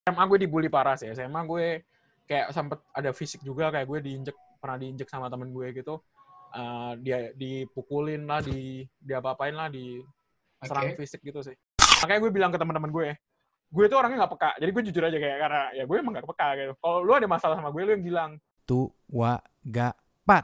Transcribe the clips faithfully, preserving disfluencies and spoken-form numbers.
S M A gue dibully parah sih. S M A gue kayak sempet ada fisik juga, kayak gue diinjek, pernah diinjek sama temen gue gitu. Uh, dia dipukulin lah, di dia apa-apain lah, diserang okay. fisik gitu sih. Makanya gue bilang ke teman-teman gue, gue tuh orangnya nggak peka. Jadi gue jujur aja kayak karena ya gue emang nggak peka gitu. Kalau lu ada masalah sama gue, lu yang bilang. Tua gapat.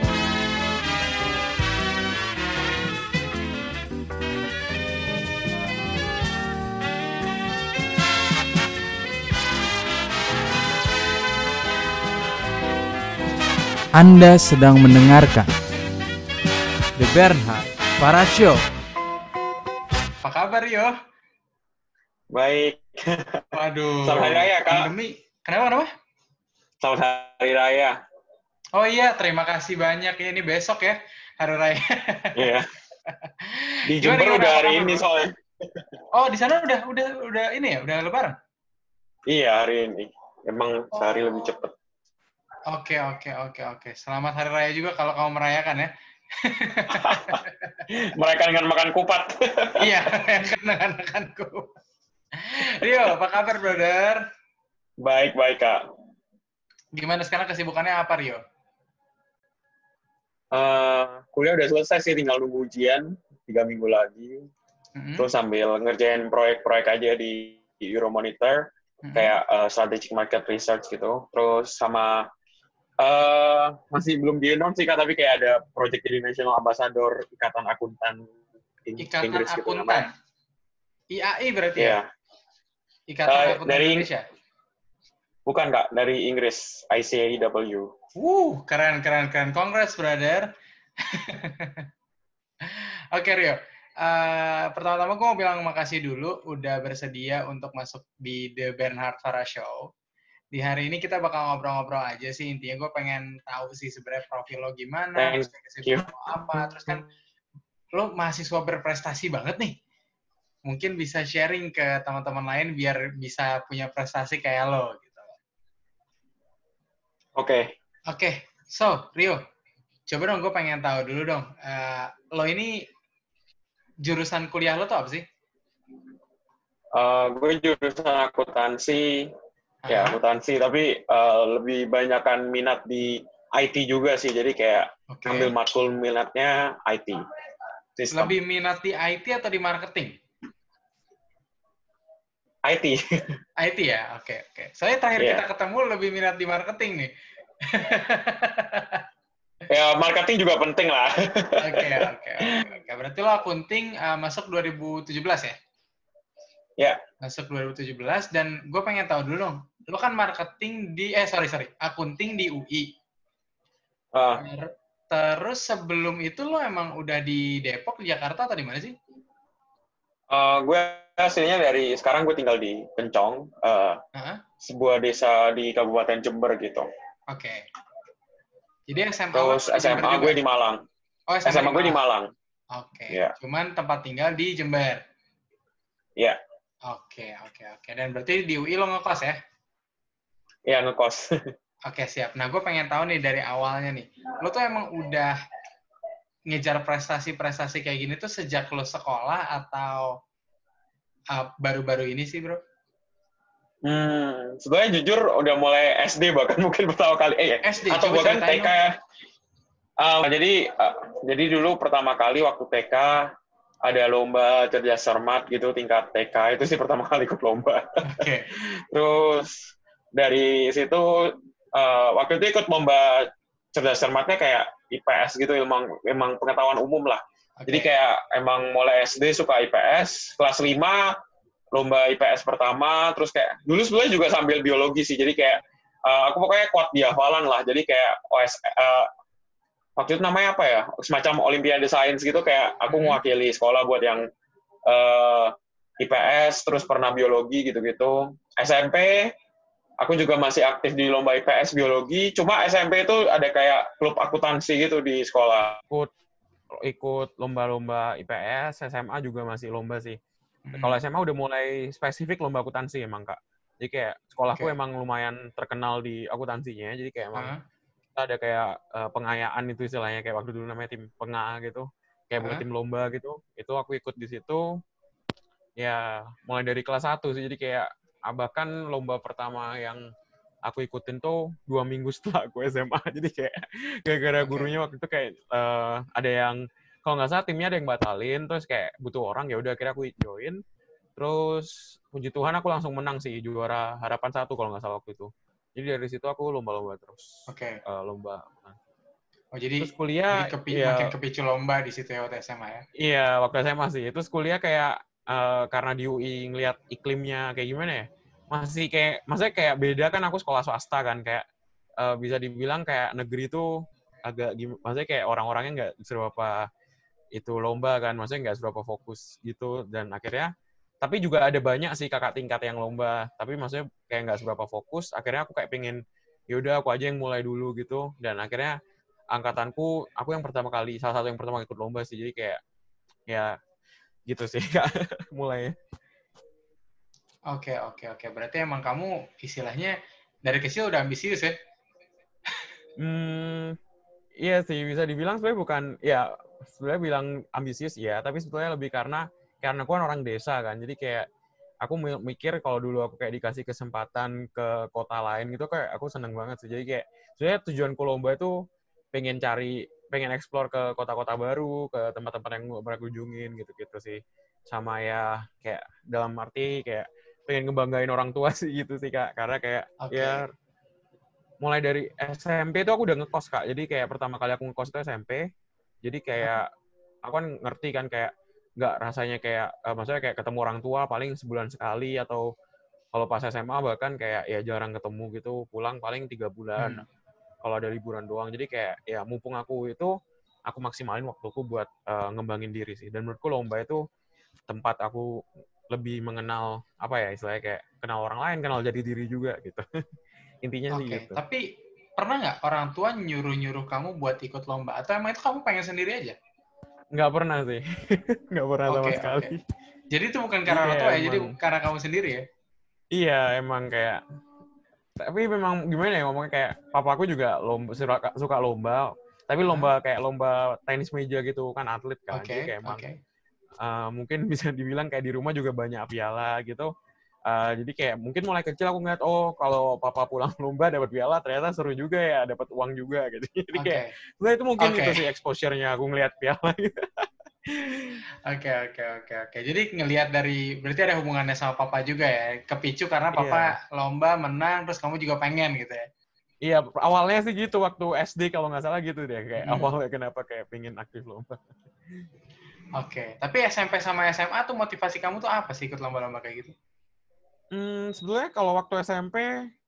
Anda sedang mendengarkan The Bernhard Para Show. Apa kabar, Yo? Baik. Waduh. Selamat Hari Raya, Kak. Pandemi. Kenapa, kenapa? Selamat Hari Raya. Oh iya, terima kasih banyak. Ini besok ya, Hari Raya. Iya. Di Jember udah hari ini soalnya. Oh, di sana udah udah udah ini ya, udah Lebaran? Iya, hari ini. Emang oh. Sehari lebih cepat. Oke, oke, oke, oke. Selamat Hari Raya juga kalau kamu merayakan ya. Merayakan dengan makan kupat. Iya, merayakan dengan makan kupat. Rio, apa kabar, brother? Baik, baik, Kak. Gimana sekarang kesibukannya apa, Rio? Uh, kuliah udah selesai sih, tinggal nunggu ujian. Tiga minggu lagi. Mm-hmm. Terus sambil ngerjain proyek-proyek aja di, di Euromonitor. Mm-hmm. Kayak uh, strategic market research gitu. Terus sama Uh, masih belum di-announce sih, Kak, tapi kayak ada project jadi National Ambassador Ikatan Akuntan in- Ikatan Inggris Akuntan? Gitu namanya. I A I berarti yeah. ya? Ikatan uh, Akuntan dari, Indonesia? Bukan, Kak. Dari Inggris. I C A W. Wuh, keren, keren, keren. Congrats, brother. Oke, okay, Rio. Uh, pertama-tama gue mau bilang makasih dulu udah bersedia untuk masuk di The Bernhard Para Show. Di hari ini kita bakal ngobrol-ngobrol aja sih, intinya gue pengen tahu sih sebenarnya profil lo gimana, terus kesibukan lo apa, terus kan lo mahasiswa berprestasi banget nih, mungkin bisa sharing ke teman-teman lain biar bisa punya prestasi kayak lo gitu. Oke. Okay. Oke, okay. So Rio, coba dong gue pengen tahu dulu dong, uh, lo ini jurusan kuliah lo tuh apa sih? Uh, gue jurusan akuntansi. Ya, akuntansi, tapi uh, lebih banyakkan minat di I T juga sih. Jadi kayak okay. Ambil matkul minatnya I T. Sistem. Lebih minat di I T atau di marketing? I T. I T ya? Oke, okay, oke. Okay. Soalnya terakhir yeah. kita ketemu lebih minat di marketing nih. Ya, marketing juga penting lah. Oke, oke, oke. Berarti lo akunting uh, masuk dua ribu tujuh belas ya? Ya. Masuk dua ribu tujuh belas, dan gue pengen tahu dulu dong, lo kan marketing di, eh sorry, sorry, akunting di U I. Uh. Terus sebelum itu lo emang udah di Depok, di Jakarta, atau di mana sih? Uh, gue aslinya dari, sekarang gue tinggal di Kencong, uh, uh-huh. sebuah desa di Kabupaten Jember gitu. Oke. Okay. Jadi S M A Terus S M A gue di Malang. Oh, S M A, S M A gue di Malang. Oke. Okay. Yeah. Cuman tempat tinggal di Jember. Iya. Yeah. Oke, oke, oke. Dan berarti di U I lo ngekos ya? Iya, ngekos. Oke, siap. Nah, gue pengen tahu nih dari awalnya nih. Lo tuh emang udah ngejar prestasi-prestasi kayak gini tuh sejak lo sekolah atau uh, baru-baru ini sih, bro? Hmm, sebenarnya jujur udah mulai S D bahkan mungkin pertama kali. Eh, S D, atau bahkan T K. Uh, jadi, uh, jadi dulu pertama kali waktu T K, ada lomba cerdas cermat gitu tingkat T K, itu sih pertama kali ikut lomba. Oke. Okay. Terus dari situ uh, waktu itu ikut lomba cerdas cermatnya kayak I P S gitu, emang emang pengetahuan umum lah. Okay. Jadi kayak emang mulai S D suka I P S, kelas lima lomba I P S pertama, terus kayak dulu sebenarnya juga sambil biologi sih. Jadi kayak uh, aku pokoknya kuat di hafalan lah. Jadi kayak O S uh, waktu itu namanya apa ya, semacam Olimpiade Sains gitu, kayak aku mewakili sekolah buat yang uh, I P S, terus pernah biologi gitu-gitu. S M P, aku juga masih aktif di lomba I P S biologi, cuma S M P itu ada kayak klub akuntansi gitu di sekolah. Ikut, ikut lomba-lomba I P S, S M A juga masih lomba sih. Hmm. Kalau S M A udah mulai spesifik lomba akuntansi emang, Kak. Jadi kayak sekolahku okay. emang lumayan terkenal di akuntansinya, jadi kayak emang... Uh-huh. ada kayak uh, pengayaan itu istilahnya, kayak waktu dulu namanya tim penga gitu, kayak bukan huh? tim lomba gitu, itu aku ikut di situ, ya mulai dari kelas satu sih, jadi kayak bahkan lomba pertama yang aku ikutin tuh dua minggu setelah aku S M A. Jadi kayak gara-gara Oke. gurunya waktu itu kayak uh, ada yang kalau nggak salah timnya ada yang batalin, terus kayak butuh orang, ya udah akhirnya aku join. Terus puji Tuhan aku langsung menang sih, juara harapan satu kalau nggak salah waktu itu. Jadi dari situ aku lomba-lomba terus. Oke. Uh, lomba. Oh jadi Terus kuliah jadi kepi, ya, makin kepicu lomba di situ ya waktu S M A ya? Iya, waktu S M A sih. Terus kuliah kayak uh, karena di U I ngeliat iklimnya kayak gimana ya? Masih kayak, maksudnya kayak beda kan, aku sekolah swasta kan, kayak uh, bisa dibilang kayak negeri itu agak, maksudnya kayak orang-orangnya nggak seberapa itu lomba kan, maksudnya nggak seberapa fokus gitu, dan akhirnya, tapi juga ada banyak sih kakak tingkat yang lomba, tapi maksudnya kayak nggak seberapa fokus, akhirnya aku kayak pengen, yaudah aku aja yang mulai dulu gitu, dan akhirnya angkatanku, aku yang pertama kali, salah satu yang pertama ikut lomba sih, jadi kayak, ya gitu sih, mulai. Oke, oke, oke. Berarti emang kamu istilahnya dari kecil udah ambisius ya? Hmm, iya sih, bisa dibilang sebenarnya bukan, ya sebenarnya bilang ambisius ya, tapi sebetulnya lebih karena, karena aku kan orang desa kan, jadi kayak aku mikir kalau dulu aku kayak dikasih kesempatan ke kota lain gitu, kayak aku seneng banget sih. Jadi kayak, sebenarnya tujuanku lomba itu pengen cari, pengen explore ke kota-kota baru, ke tempat-tempat yang gak pernah kunjungin gitu-gitu sih. Sama ya, kayak dalam arti kayak pengen ngebanggain orang tua sih gitu sih Kak. Karena kayak, Oke. ya mulai dari S M P itu aku udah ngekos Kak. Jadi kayak pertama kali aku ngekos itu S M P. Jadi kayak, aku kan ngerti kan kayak, nggak rasanya kayak, uh, maksudnya kayak ketemu orang tua paling sebulan sekali, atau kalau pas S M A bahkan kayak ya jarang ketemu gitu, pulang paling tiga bulan. Hmm. Kalau ada liburan doang. Jadi kayak, ya mumpung aku itu, aku maksimalin waktuku buat uh, ngembangin diri sih. Dan menurutku lomba itu tempat aku lebih mengenal, apa ya istilahnya, kayak kenal orang lain, kenal jadi diri juga gitu. Intinya sih Oke, gitu. tapi pernah nggak orang tua nyuruh-nyuruh kamu buat ikut lomba? Atau emang itu kamu pengen sendiri aja? Nggak pernah sih. Nggak pernah Oke, sama oke. sekali. Jadi itu bukan karena orang tua ya, jadi karena kamu sendiri ya? Iya, emang kayak, tapi memang gimana ya ngomongnya, kayak papaku juga lomba, suka, suka lomba, tapi lomba kayak lomba tenis meja gitu kan, atlet kan. Oke, Jadi kayak emang oke. uh, mungkin bisa dibilang kayak di rumah juga banyak piala gitu. Uh, jadi kayak mungkin mulai kecil aku ngeliat, oh kalau papa pulang lomba dapat piala, ternyata seru juga ya, dapat uang juga gitu. Jadi Oke. kayak, nah itu mungkin Oke. itu sih exposure-nya aku ngeliat piala gitu. Oke, oke, oke, oke. Jadi ngelihat dari, berarti ada hubungannya sama papa juga ya? Kepicu karena papa Iya. lomba, menang, terus kamu juga pengen gitu ya? Iya, awalnya sih gitu, waktu S D kalau nggak salah gitu deh, kayak Hmm. awalnya kenapa kayak pengen aktif lomba. Oke, tapi S M P sama S M A tuh motivasi kamu tuh apa sih ikut lomba-lomba kayak gitu? Hmm, sebenarnya kalau waktu S M P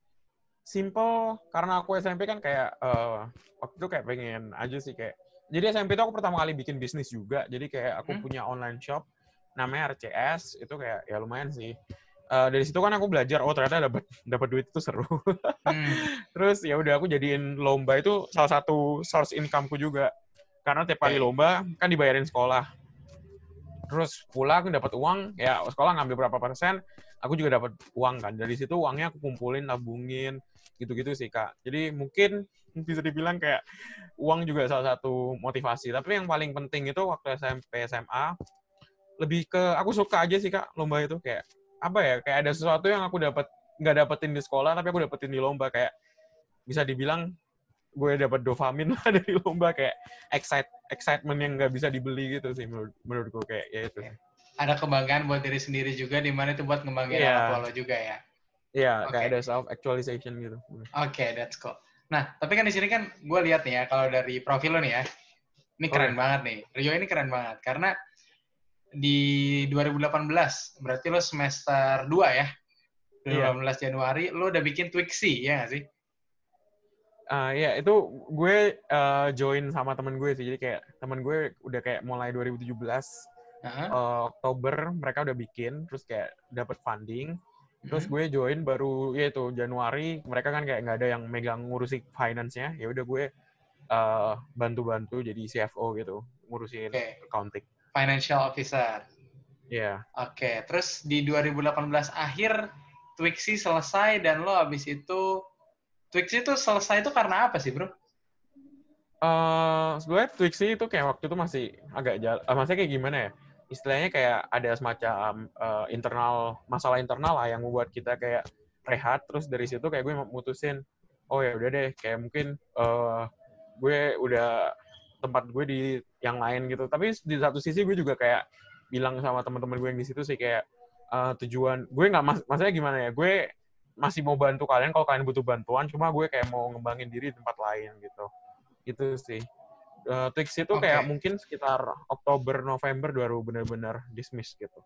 simple, karena aku S M P kan kayak uh, waktu itu kayak pengen aja sih kayak. Jadi S M P itu aku pertama kali bikin bisnis juga. Jadi kayak aku hmm. punya online shop namanya R C S, itu kayak ya lumayan sih. Uh, dari situ kan aku belajar, oh ternyata dapat dapat duit itu seru. Hmm. Terus ya udah aku jadiin lomba itu salah satu source income-ku juga. Karena tiap kali lomba kan dibayarin sekolah. Terus pulang dapat uang, ya sekolah ngambil berapa persen, aku juga dapat uang kan. Dari situ uangnya aku kumpulin, tabungin, gitu-gitu sih Kak. Jadi mungkin bisa dibilang kayak uang juga salah satu motivasi. Tapi yang paling penting itu waktu S M P S M A lebih ke aku suka aja sih Kak lomba itu, kayak apa ya, kayak ada sesuatu yang aku dapat nggak dapetin di sekolah tapi aku dapetin di lomba, kayak bisa dibilang gue dapat dopamin lah dari lomba, kayak excite, excitement yang nggak bisa dibeli gitu sih menurut menurutku, kayak ya itu. Ada kebanggaan buat diri sendiri juga, di mana itu buat ngembangin yeah. orang tua lo juga ya. Iya, yeah, okay. Kayak ada self actualization gitu. Oke, okay, that's cool. Nah, tapi kan di sini kan gue lihat nih ya, kalau dari profil lo nih ya, ini keren okay. banget nih. Rio ini keren banget karena di dua ribu delapan belas berarti lo semester dua ya. dua ribu delapan belas yeah. Januari lo udah bikin Twixi, ya nggak sih? Uh, ya, itu gue uh, join sama temen gue sih. Jadi kayak temen gue udah kayak mulai dua ribu tujuh belas uh-huh. uh, Oktober mereka udah bikin, terus kayak dapat funding. Terus gue join baru ya itu Januari, mereka kan kayak nggak ada yang megang ngurusin finance-nya. Ya udah gue uh, bantu-bantu jadi C F O gitu, ngurusin okay. accounting. Financial officer. Iya. Yeah. Oke, okay. Terus di dua ribu delapan belas akhir Twixi selesai dan lo abis itu Twixi itu selesai itu karena apa sih, bro? Uh, sebenarnya Twixi itu kayak waktu itu masih agak jalan, uh, maksudnya kayak gimana ya? istilahnya kayak ada semacam uh, internal masalah internal lah yang membuat kita kayak rehat. Terus dari situ kayak gue mutusin, oh ya udah deh, kayak mungkin uh, gue udah tempat gue di yang lain gitu. Tapi di satu sisi gue juga kayak bilang sama teman-teman gue yang di situ sih kayak uh, tujuan gue nggak mas maksudnya gimana ya, gue masih mau bantu kalian kalau kalian butuh bantuan, cuma gue kayak mau ngembangin diri di tempat lain gitu. Itu sih. Uh, Twix itu okay. Kayak mungkin sekitar Oktober November baru benar-benar dismiss gitu.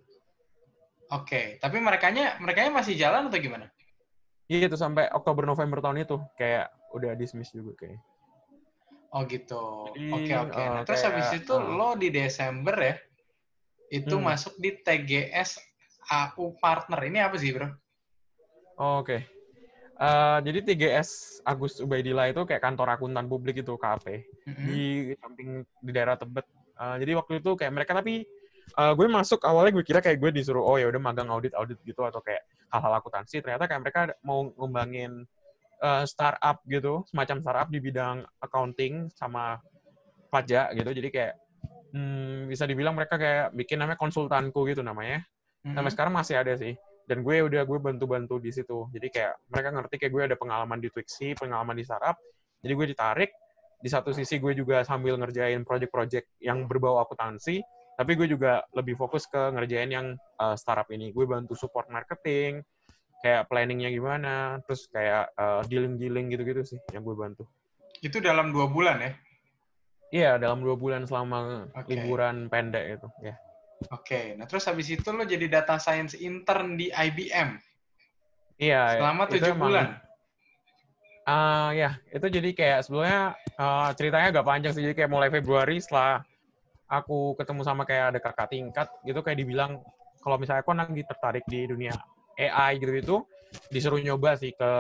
Oke, okay. Tapi merekanya merekanya masih jalan atau gimana? Iya itu sampai Oktober November tahun itu kayak udah dismiss juga kayak. Oh gitu. Oke oke. Okay, okay. Nah, uh, terus habis itu uh, lo di Desember ya itu hmm. masuk di T G S A U Partner. Ini apa sih, Bro? Oh, oke. Okay. Uh, jadi T G S Agus Ubaidillah itu kayak kantor akuntan publik itu K A P mm-hmm. di samping di daerah Tebet. Uh, jadi waktu itu kayak mereka tapi uh, gue masuk awalnya gue kira kayak gue disuruh oh ya udah magang audit audit gitu atau kayak hal-hal akuntansi. Ternyata kayak mereka mau ngembangin uh, startup gitu, semacam startup di bidang accounting sama pajak gitu. Jadi kayak hmm, bisa dibilang mereka kayak bikin namanya konsultanku gitu namanya. Mm-hmm. Sampai sekarang masih ada sih. Dan gue udah gue bantu-bantu di situ. Jadi kayak mereka ngerti kayak gue ada pengalaman di Twixi, pengalaman di startup. Jadi gue ditarik. Di satu sisi gue juga sambil ngerjain project-project yang berbau akuntansi, tapi gue juga lebih fokus ke ngerjain yang uh, startup ini. Gue bantu support marketing, kayak planningnya gimana, terus kayak uh, dealing-dealing gitu-gitu sih yang gue bantu. Itu dalam dua bulan ya? Iya, dalam dua bulan selama okay. liburan pendek itu. Ya. Oke, okay. Nah terus habis itu lo jadi data science intern di I B M. Iya. Selama tujuh bulan. Ah uh, ya, itu jadi kayak sebelumnya uh, ceritanya agak panjang sih. Jadi kayak mulai Februari setelah aku ketemu sama kayak ada kakak tingkat gitu kayak dibilang kalau misalnya aku lagi tertarik di dunia A I gitu-gitu, disuruh nyoba sih ke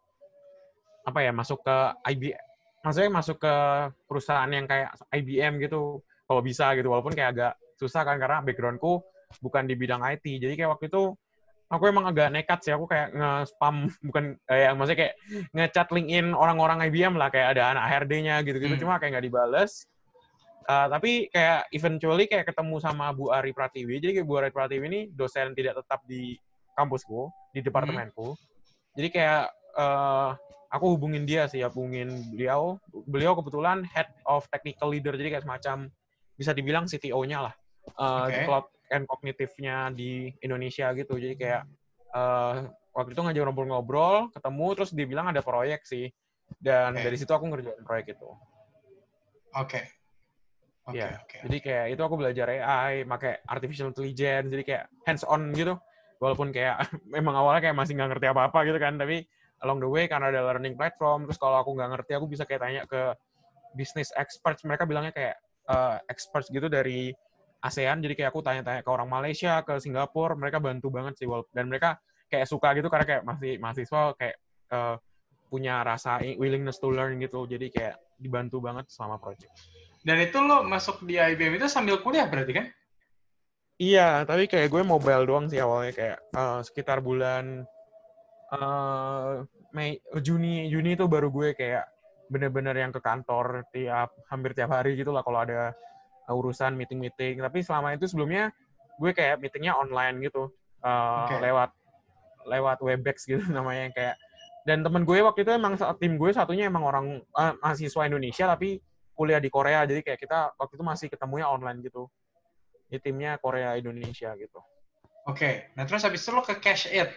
apa ya, masuk ke I B M. Maksudnya masuk ke perusahaan yang kayak I B M gitu kalau bisa gitu, walaupun kayak agak susah kan karena backgroundku bukan di bidang I T. Jadi kayak waktu itu aku emang agak nekat sih, aku kayak nge-spam bukan eh, maksudnya kayak nge-chat LinkedIn orang-orang I B M lah, kayak ada anak H R D-nya gitu-gitu, hmm. cuma kayak nggak dibales. Uh, tapi kayak eventually kayak ketemu sama Bu Ari Pratiwi. Jadi kayak Bu Ari Pratiwi ini dosen tidak tetap di kampusku, di departemenku. Hmm. Jadi kayak uh, aku hubungin dia sih, hubungin beliau. Beliau kebetulan head of technical leader, jadi kayak semacam bisa dibilang C T O-nya lah. Uh, okay. Cloud and Cognitive-nya di Indonesia gitu. Jadi kayak uh, waktu itu ngajak ngobrol-ngobrol, ketemu, terus dia bilang ada proyek sih. Dan okay. dari situ aku ngerjain proyek itu. Oke. Okay. Okay, ya, okay. Jadi kayak itu aku belajar A I, pakai artificial intelligence, jadi kayak hands-on gitu. Walaupun kayak memang awalnya kayak masih nggak ngerti apa-apa gitu kan, tapi along the way karena ada learning platform, terus kalau aku nggak ngerti aku bisa kayak tanya ke business experts, mereka bilangnya kayak uh, experts gitu dari ASEAN, jadi kayak aku tanya-tanya ke orang Malaysia, ke Singapura, mereka bantu banget sih, dan mereka kayak suka gitu karena kayak masih mahasiswa kayak uh, punya rasa willingness to learn gitu, jadi kayak dibantu banget selama project. Dan itu lo masuk di I B M itu sambil kuliah berarti kan? Iya, tapi kayak gue mobile doang sih awalnya, kayak uh, sekitar bulan uh, Mei, Juni, Juni itu baru gue kayak bener-bener yang ke kantor tiap hampir tiap hari gitu lah kalau ada urusan meeting-meeting. Tapi selama itu sebelumnya gue kayak meetingnya online gitu, uh, okay. lewat lewat Webex gitu namanya kayak. Dan temen gue waktu itu emang tim gue satunya emang orang uh, mahasiswa Indonesia tapi kuliah di Korea, jadi kayak kita waktu itu masih ketemunya online gitu. Di timnya Korea Indonesia gitu. Oke, okay. Nah terus habis itu lo ke Cash It.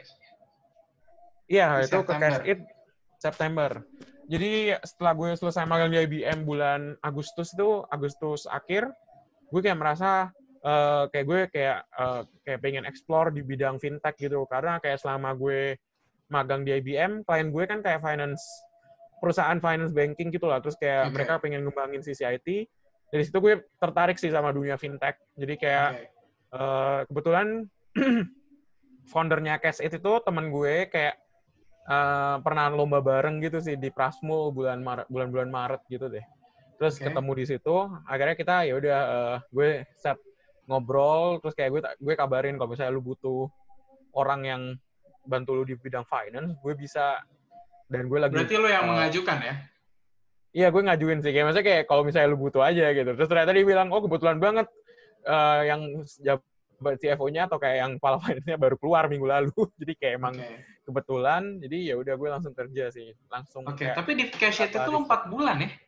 Iya, itu September. Ke Cash It September. Jadi setelah gue selesai magang di I B M bulan Agustus itu, Agustus akhir, gue kayak merasa uh, kayak gue kayak uh, kayak pengen explore di bidang fintech gitu. Karena kayak selama gue magang di I B M, klien gue kan kayak finance, perusahaan finance banking gitu lah. Terus kayak okay. mereka pengen ngembangin sisi I T. Dari situ gue tertarik sih sama dunia fintech. Jadi kayak okay. uh, kebetulan foundernya Cash It itu teman gue kayak uh, pernah lomba bareng gitu sih di Prasmul bulan Maret, bulan-bulan Maret gitu deh. Terus okay. ketemu di situ, akhirnya kita ya udah uh, gue set ngobrol, terus kayak gue gue kabarin kalau misalnya lu butuh orang yang bantu lu di bidang finance, gue bisa. Dan gue lagi. Berarti lu yang uh, mengajukan ya? Iya, gue ngajuin sih. Kayak maksudnya kayak kalau misalnya lu butuh aja gitu. Terus ternyata dia bilang, oh kebetulan banget uh, yang jabat C F O-nya atau kayak yang kepala finance-nya baru keluar minggu lalu. Jadi kayak emang okay. kebetulan. Jadi ya udah gue langsung kerja sih, langsung. Oke. Okay. Tapi di Cashier itu lo empat bulan ya?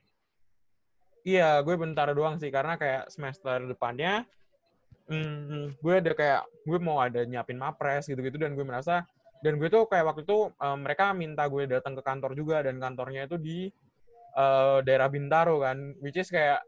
Iya, gue bentar doang sih karena kayak semester depannya, hmm, gue ada kayak gue mau ada nyiapin mapres gitu-gitu dan gue merasa dan gue tuh kayak waktu itu um, mereka minta gue datang ke kantor juga dan kantornya itu di uh, daerah Bintaro kan, which is kayak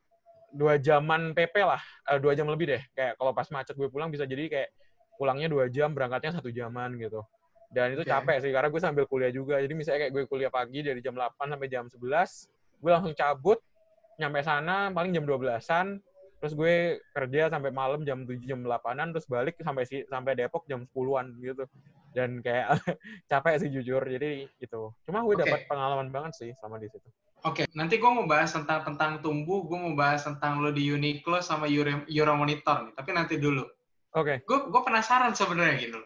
dua jaman P P lah, uh, dua jam lebih deh. Kayak kalau pas macet gue pulang bisa jadi kayak pulangnya dua jam, berangkatnya satu jaman gitu. Dan itu okay. capek sih karena gue sambil kuliah juga. Jadi misalnya kayak gue kuliah pagi dari jam delapan sampai jam sebelas, gue langsung cabut, nyampe sana paling jam dua belasan, terus gue kerja sampai malam jam tujuh, jam delapanan, terus balik sampai si, sampai Depok jam sepuluhan gitu. Dan kayak capek sih jujur, jadi gitu. Cuma gue okay. dapat pengalaman banget sih sama di situ. Oke, okay. Nanti gue mau bahas tentang tentang tumbuh, gue mau bahas tentang lo di Uniqlo sama Euro, Euromonitor nih, tapi nanti dulu. Oke. Okay. Gue gue penasaran sebenarnya gitu.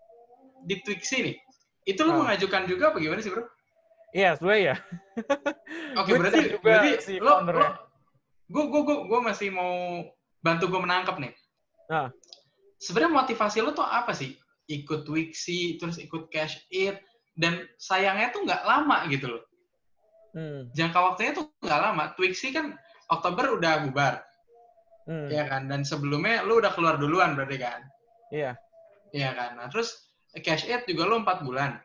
Di Twixi nih, itu lo oh. mengajukan juga apa gimana sih bro? Iya, sebenarnya ya. Oke, okay, berarti juga berarti si lo, lo gue gue gue gue masih mau bantu gue menangkap nih. Nah. Sebenarnya motivasi lo tuh apa sih? Ikut Twixi, terus ikut Cash It, dan sayangnya tuh nggak lama gitu loh. Hmm. Jangka waktunya tuh nggak lama. Twixi kan Oktober udah bubar, hmm. ya kan. Dan sebelumnya lu udah keluar duluan berarti kan? Iya. Iya kan. Nah terus Cash It juga lu empat bulan.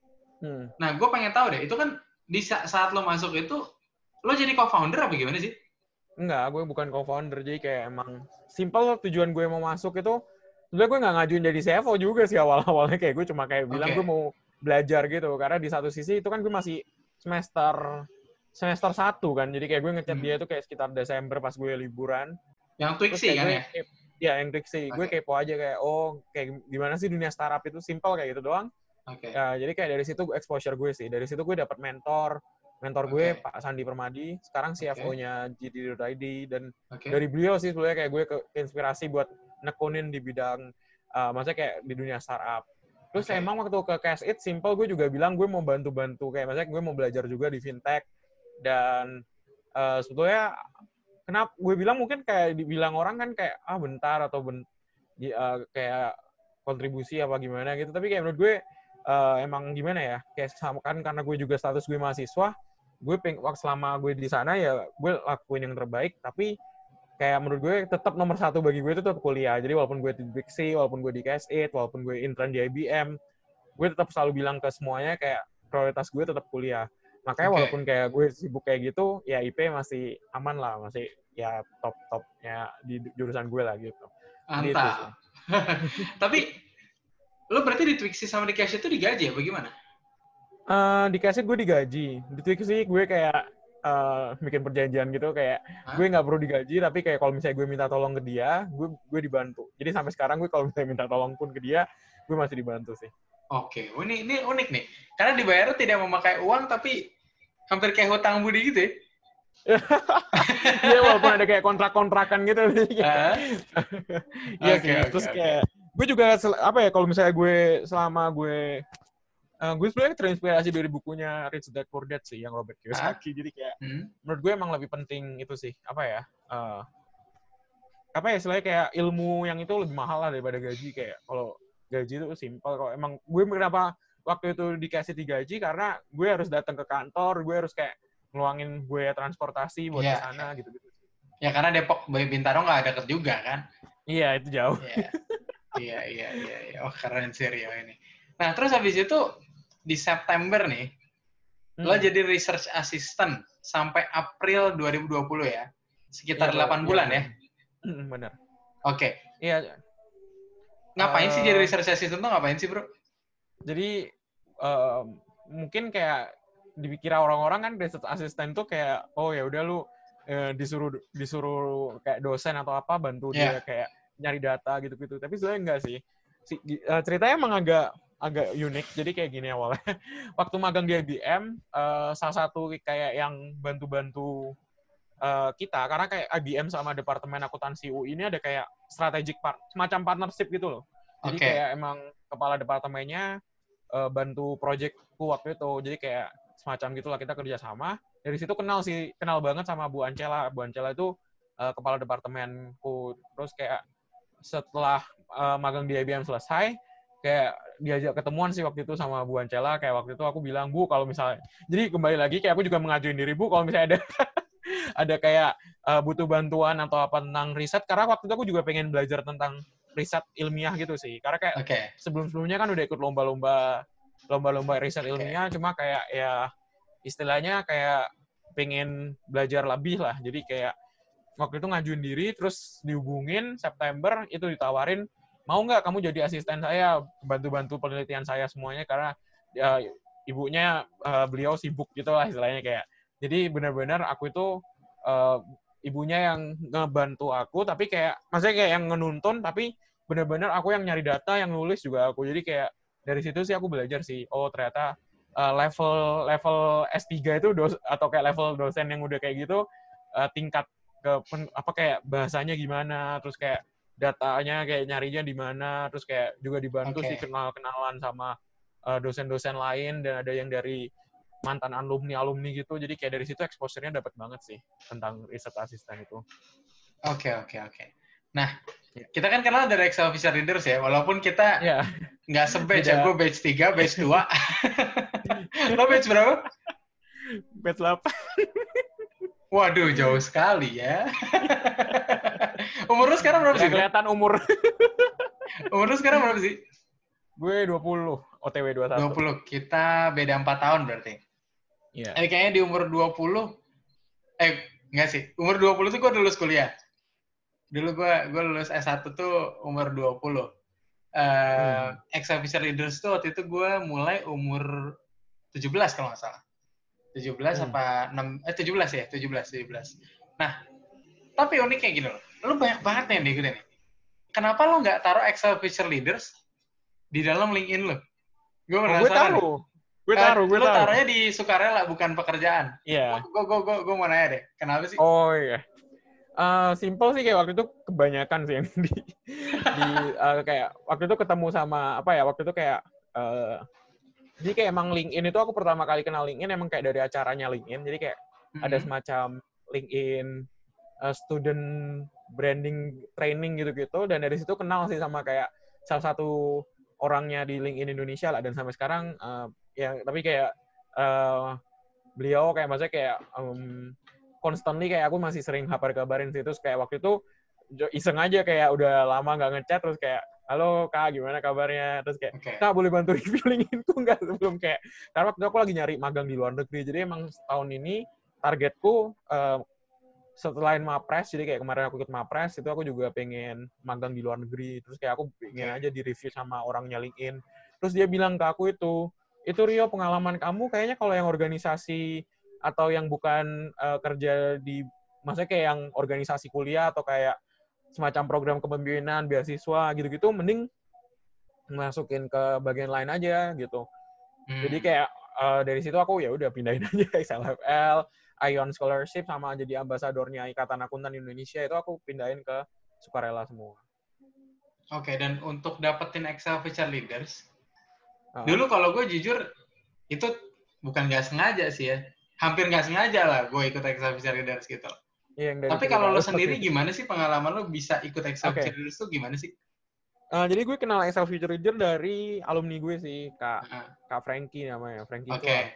Hmm. Nah gue pengen tahu deh, itu kan di saat lo masuk itu, lo jadi co-founder apa gimana sih? Enggak, gue bukan co-founder. Jadi kayak emang simple tujuan gue mau masuk itu. Sebenarnya gue nggak ngajuin jadi C F O juga sih awal-awalnya. Kayak gue cuma kayak bilang okay. gue mau belajar gitu. Karena di satu sisi itu kan gue masih semester semester satu kan, jadi kayak gue ngechat hmm. dia tuh kayak sekitar Desember pas gue liburan. Yang Twixi kan ya? Kayak, ya yang Twixi. Okay. Gue kepo aja kayak, oh kayak gimana sih dunia startup itu, simple kayak gitu doang. Okay. Ya, jadi kayak dari situ exposure gue sih, dari situ gue dapat mentor, mentor gue okay. Pak Sandi Permadi, sekarang C F O-nya okay. G D dot I D dan okay. dari beliau sih sebenarnya kayak gue ke inspirasi buat nekunin di bidang, uh, maksudnya kayak di dunia startup. Terus okay. emang waktu ke Cash It, simple gue juga bilang gue mau bantu-bantu. Kayak maksudnya gue mau belajar juga di fintech. Dan uh, sebetulnya, kenapa gue bilang mungkin kayak dibilang orang kan kayak, ah bentar atau ben, uh, kayak kontribusi apa gimana gitu. Tapi kayak menurut gue, uh, emang gimana ya, kayak sama kan karena gue juga status gue mahasiswa, gue peng, waktu selama gue di sana ya gue lakuin yang terbaik, tapi kayak menurut gue tetap nomor satu bagi gue itu tetap kuliah. Jadi walaupun gue di Twixi, walaupun gue di Cash It, walaupun gue intern di I B M, gue tetap selalu bilang ke semuanya kayak prioritas gue tetap kuliah. Makanya okay. walaupun kayak gue sibuk kayak gitu, ya I P masih aman lah, masih ya top-topnya di jurusan gue lah gitu. Mantap. Tapi lo berarti di Twixi sama di Cash It itu digaji apa gimana? Uh, di Cash It gue digaji. Di Twixi gue kayak Uh, bikin perjanjian gitu kayak Hah? gue nggak perlu digaji tapi kayak kalau misalnya gue minta tolong ke dia gue gue dibantu, jadi sampai sekarang gue kalau misalnya minta tolong pun ke dia gue masih dibantu sih. Oke, okay. ini ini unik nih karena dibayar tidak memakai uang tapi hampir kayak hutang budi gitu ya. Iya walaupun ada kayak kontrak-kontrakan gitu iya uh? sih okay, terus okay, kayak okay. gue juga apa ya kalau misalnya gue selama gue Uh, gue sebenarnya terinspirasi dari bukunya Rich Dad Poor Dad sih, yang Robert Kiyosaki. Ah? Jadi kayak, hmm? menurut gue emang lebih penting itu sih, apa ya, uh, apa ya, istilahnya kayak ilmu yang itu lebih mahal lah daripada gaji. Kayak kalau gaji itu simple. Kalau emang gue kenapa waktu itu dikasih digaji, karena gue harus datang ke kantor, gue harus kayak ngeluangin gue transportasi buat yeah. ke sana gitu-gitu. Ya karena Depok Bintaro nggak deket juga kan? Iya, itu jauh. Iya, iya, iya. iya. Oh keren sih Rio ini. Nah terus habis itu, di September nih, hmm. lo jadi research assistant sampai April dua ribu dua puluh ya? Sekitar ya, delapan bulan ya? ya? Bener. Oke. Okay. Iya. Ngapain uh, sih jadi research assistant tuh ngapain sih bro? Jadi, uh, mungkin kayak dikira orang-orang kan research assistant tuh kayak, oh ya udah lu uh, disuruh disuruh kayak dosen atau apa bantu yeah. dia kayak nyari data gitu-gitu. Tapi sebenarnya enggak sih. Si, uh, ceritanya emang agak agak unik. Jadi kayak gini awalnya. Waktu magang di I B M, uh, salah satu kayak yang bantu-bantu uh, kita, karena kayak I B M sama Departemen Akuntansi U I ini ada kayak strategic part, semacam partnership gitu loh. Jadi okay. kayak emang kepala departemennya uh, bantu projectku waktu itu. Jadi kayak semacam gitulah kita kerja sama. Dari situ kenal sih, kenal banget sama Bu Ancela. Bu Ancela itu uh, kepala departemenku. Terus kayak setelah uh, magang di I B M selesai, kayak diajak ketemuan sih waktu itu sama Bu Ancela. Kayak waktu itu aku bilang, Bu, kalau misalnya, jadi kembali lagi kayak aku juga mengajuin diri, Bu, kalau misalnya ada ada kayak uh, butuh bantuan atau apa tentang riset, karena waktu itu aku juga pengen belajar tentang riset ilmiah gitu sih. Karena kayak okay. sebelum-sebelumnya kan udah ikut lomba-lomba lomba-lomba riset okay. ilmiah, cuma kayak ya istilahnya kayak pengen belajar lebih lah. Jadi kayak waktu itu ngajuin diri, terus dihubungin September, itu ditawarin, mau nggak kamu jadi asisten saya, bantu-bantu penelitian saya semuanya, karena ya, ibunya, uh, beliau sibuk gitu lah istilahnya kayak. Jadi benar-benar aku itu, uh, ibunya yang ngebantu aku, tapi kayak, maksudnya kayak yang ngenuntun, tapi benar-benar aku yang nyari data, yang nulis juga aku. Jadi kayak, dari situ sih aku belajar sih, oh ternyata uh, level level S tiga itu, dos, atau kayak level dosen yang udah kayak gitu, uh, tingkat ke pen, apa kayak bahasanya gimana, terus kayak datanya kayak nyarinya di mana, terus kayak juga dibantu okay. sih kenal-kenalan sama uh, dosen-dosen lain, dan ada yang dari mantan alumni-alumni gitu, jadi kayak dari situ exposure-nya dapat banget sih tentang riset asisten itu. Oke, okay, oke, okay, oke. Okay. Nah, kita kan kenal dari Excel Officer Leaders ya, walaupun kita yeah. nggak se-batch ya, gue batch tiga, batch dua. Lo batch berapa? Batch delapan. Waduh, jauh sekali ya. Umur lu sekarang berapa sih? Kelihatan umur. Umur lu sekarang berapa sih? Gue dua puluh, O T W dua puluh satu. dua puluh, kita beda empat tahun berarti. Iya. Yeah. Eh, kayaknya di umur dua puluh, eh, enggak sih, umur dua puluh tuh gue lulus kuliah. Dulu gue gue lulus S satu tuh umur dua puluh. Uh, hmm. Excel Officer Leaders tuh waktu itu gue mulai umur tujuh belas kalau nggak salah. tujuh belas hmm. apa enam eh tujuh belas ya, tujuh belas, tujuh belas. Nah, tapi unik kayak gini loh. Lu banyak banget nih yang diikutin nih. Kenapa lu nggak taruh Excel Officer Leaders di dalam LinkedIn lu? Gue penasaran. Oh, gue taruh. Gue taruh, gue taruh. Lu taruh. taruhnya di sukarela bukan pekerjaan. Iya. Yeah. Gue gue gue gue mau nanya deh. Kenapa sih? Oh iya. Uh, simple sih, kayak waktu itu kebanyakan sih yang di, di uh, kayak waktu itu ketemu sama apa ya, waktu itu kayak uh, jadi kayak emang LinkedIn itu aku pertama kali kenal LinkedIn emang kayak dari acaranya LinkedIn. Jadi kayak mm-hmm. ada semacam LinkedIn uh, student branding training gitu-gitu, dan dari situ kenal sih sama kayak salah satu orangnya di LinkedIn Indonesia lah, dan sampai sekarang uh, ya tapi kayak uh, beliau kayak maksudnya kayak um, constantly kayak aku masih sering kabar-kabarin sih. Terus kayak waktu itu iseng aja kayak udah lama nggak ngechat, terus kayak halo Kak, gimana kabarnya? Terus kayak, okay. Kak boleh bantu review LinkedIn-ku nggak? Sebelum kayak, karena waktu itu aku lagi nyari magang di luar negeri. Jadi emang tahun ini targetku uh, setelah Mapres, jadi kayak kemarin aku ikut Mapres, itu aku juga pengen magang di luar negeri. Terus kayak aku pengen aja di review sama orangnya LinkedIn. Terus dia bilang ke aku itu, itu Rio, pengalaman kamu kayaknya kalau yang organisasi atau yang bukan uh, kerja di, maksudnya kayak yang organisasi kuliah atau kayak semacam program kepemimpinan, beasiswa gitu-gitu, mending masukin ke bagian lain aja gitu. Hmm. Jadi kayak uh, dari situ aku ya udah pindahin aja X L F L, Ion Scholarship, sama jadi ambasadornya Ikatan Akuntan Indonesia, itu aku pindahin ke sukarela semua. Oke, okay, dan untuk dapetin Excel Officer Leaders, uh. dulu kalau gue jujur itu bukan nggak sengaja sih ya, hampir nggak sengaja lah gue ikut Excel Officer Leaders gitu. Iya, tapi kalau lo sendiri gimana sih pengalaman lo bisa ikut Excel Officer okay. Leaders tuh gimana sih? Uh, jadi gue kenal Excel Officer Leader dari alumni gue sih, Kak uh-huh. Kak Frankie namanya, Frankie Oke. Okay.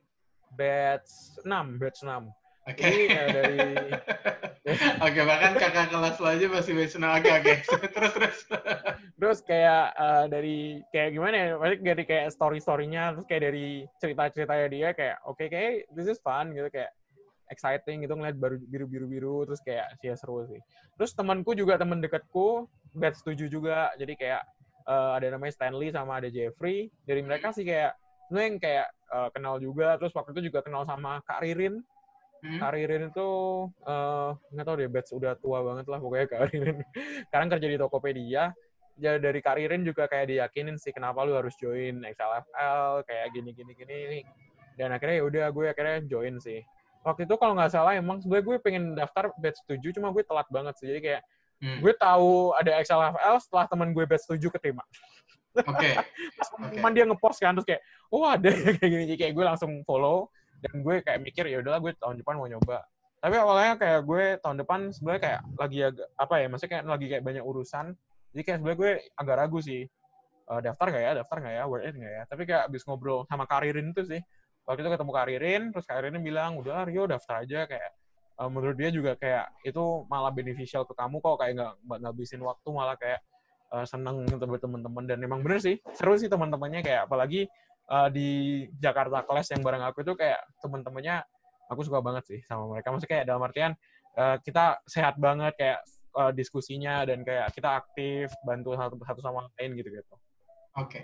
Batch enam, batch enam. Oke. Okay. Uh, dari Oke, okay, bahkan kakak kelas lo aja masih batch enam. Oke, oke. Terus terus. Terus kayak uh, dari kayak gimana ya? Maksudnya dari kayak story-storynya, terus kayak dari cerita-ceritanya dia kayak oke okay, kayak this is fun gitu, kayak exciting gitu ngeliat baru biru-biru-biru, terus kayak sih seru sih. Terus temanku juga, teman dekatku batch tujuh juga, jadi kayak uh, ada namanya Stanley sama ada Jeffrey. Dari mereka sih kayak sebenarnya yang kayak uh, kenal juga. Terus waktu itu juga kenal sama Kak Ririn. Hmm? Kak Ririn itu nggak uh, tahu deh, batch udah tua banget lah pokoknya Kak Ririn. Sekarang kerja di Tokopedia. Jadi dari Kak Ririn juga kayak diyakinin sih kenapa lu harus join X L F L kayak gini-gini gini. Dan akhirnya ya udah gue akhirnya join sih. Waktu itu kalau nggak salah emang sebenarnya gue pengen daftar batch tujuh, cuma gue telat banget sih. Jadi kayak hmm. gue tahu ada X L F L setelah teman gue batch tujuh keterima. Oke. Okay. Teman okay. dia ngepost kan, terus kayak, oh ada kayak gini. Jadi kayak gue langsung follow, dan gue kayak mikir, ya udahlah gue tahun depan mau nyoba. Tapi awalnya kayak gue tahun depan sebenarnya kayak lagi agak apa ya, maksudnya kayak lagi kayak banyak urusan. Jadi kayak sebenarnya gue agak ragu sih. Uh, daftar nggak ya, daftar nggak ya, worth it nggak ya. Tapi kayak abis ngobrol sama Karirin itu sih. Waktu itu ketemu Karirin, terus Karirin bilang, udah Rio daftar aja kayak. Uh, menurut dia juga kayak itu malah beneficial ke kamu kok, kayak nggak ngabisin waktu, malah kayak uh, seneng gitu buat teman-teman. Dan emang bener sih, seru sih teman-temannya kayak apalagi uh, di Jakarta Class yang bareng aku itu kayak teman-temannya aku suka banget sih sama mereka. Maksudnya kayak dalam artian uh, kita sehat banget kayak uh, diskusinya dan kayak kita aktif bantu satu, satu sama lain gitu-gitu. Oke. Okay.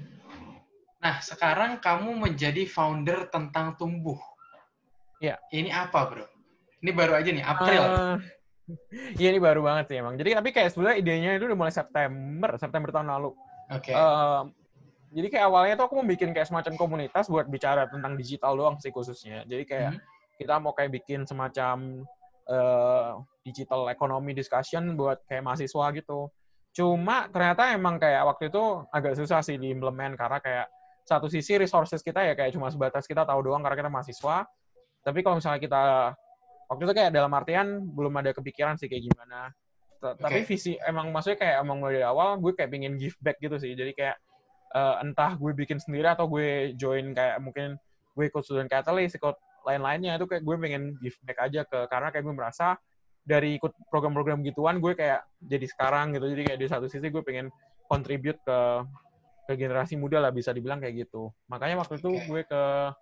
Nah, sekarang kamu menjadi founder Tentang Tumbuh. Iya. Ini apa, bro? Ini baru aja nih, April. Uh, Iya, ini baru banget sih emang. Jadi tapi kayak sebenarnya idenya itu udah mulai September, September tahun lalu. Oke. Okay. Uh, jadi kayak awalnya tuh aku mau bikin kayak semacam komunitas buat bicara tentang digital doang sih khususnya. Jadi kayak mm-hmm. kita mau kayak bikin semacam uh, digital economy discussion buat kayak mahasiswa gitu. Cuma ternyata emang kayak waktu itu agak susah sih diimplement karena kayak satu sisi resources kita ya kayak cuma sebatas kita tahu doang karena kita mahasiswa. Tapi kalau misalnya kita waktu itu kayak dalam artian belum ada kepikiran sih kayak gimana. T- okay. Tapi visi emang maksudnya kayak emang dari awal gue kayak pengen give back gitu sih. Jadi kayak uh, entah gue bikin sendiri atau gue join kayak mungkin gue ikut student catalyst, ikut lain-lainnya itu kayak gue pengen give back aja ke karena kayak gue merasa dari ikut program-program gituan gue kayak jadi sekarang gitu. Jadi kayak di satu sisi gue pengen contribute ke ke generasi muda lah bisa dibilang kayak gitu. Makanya waktu itu gue ke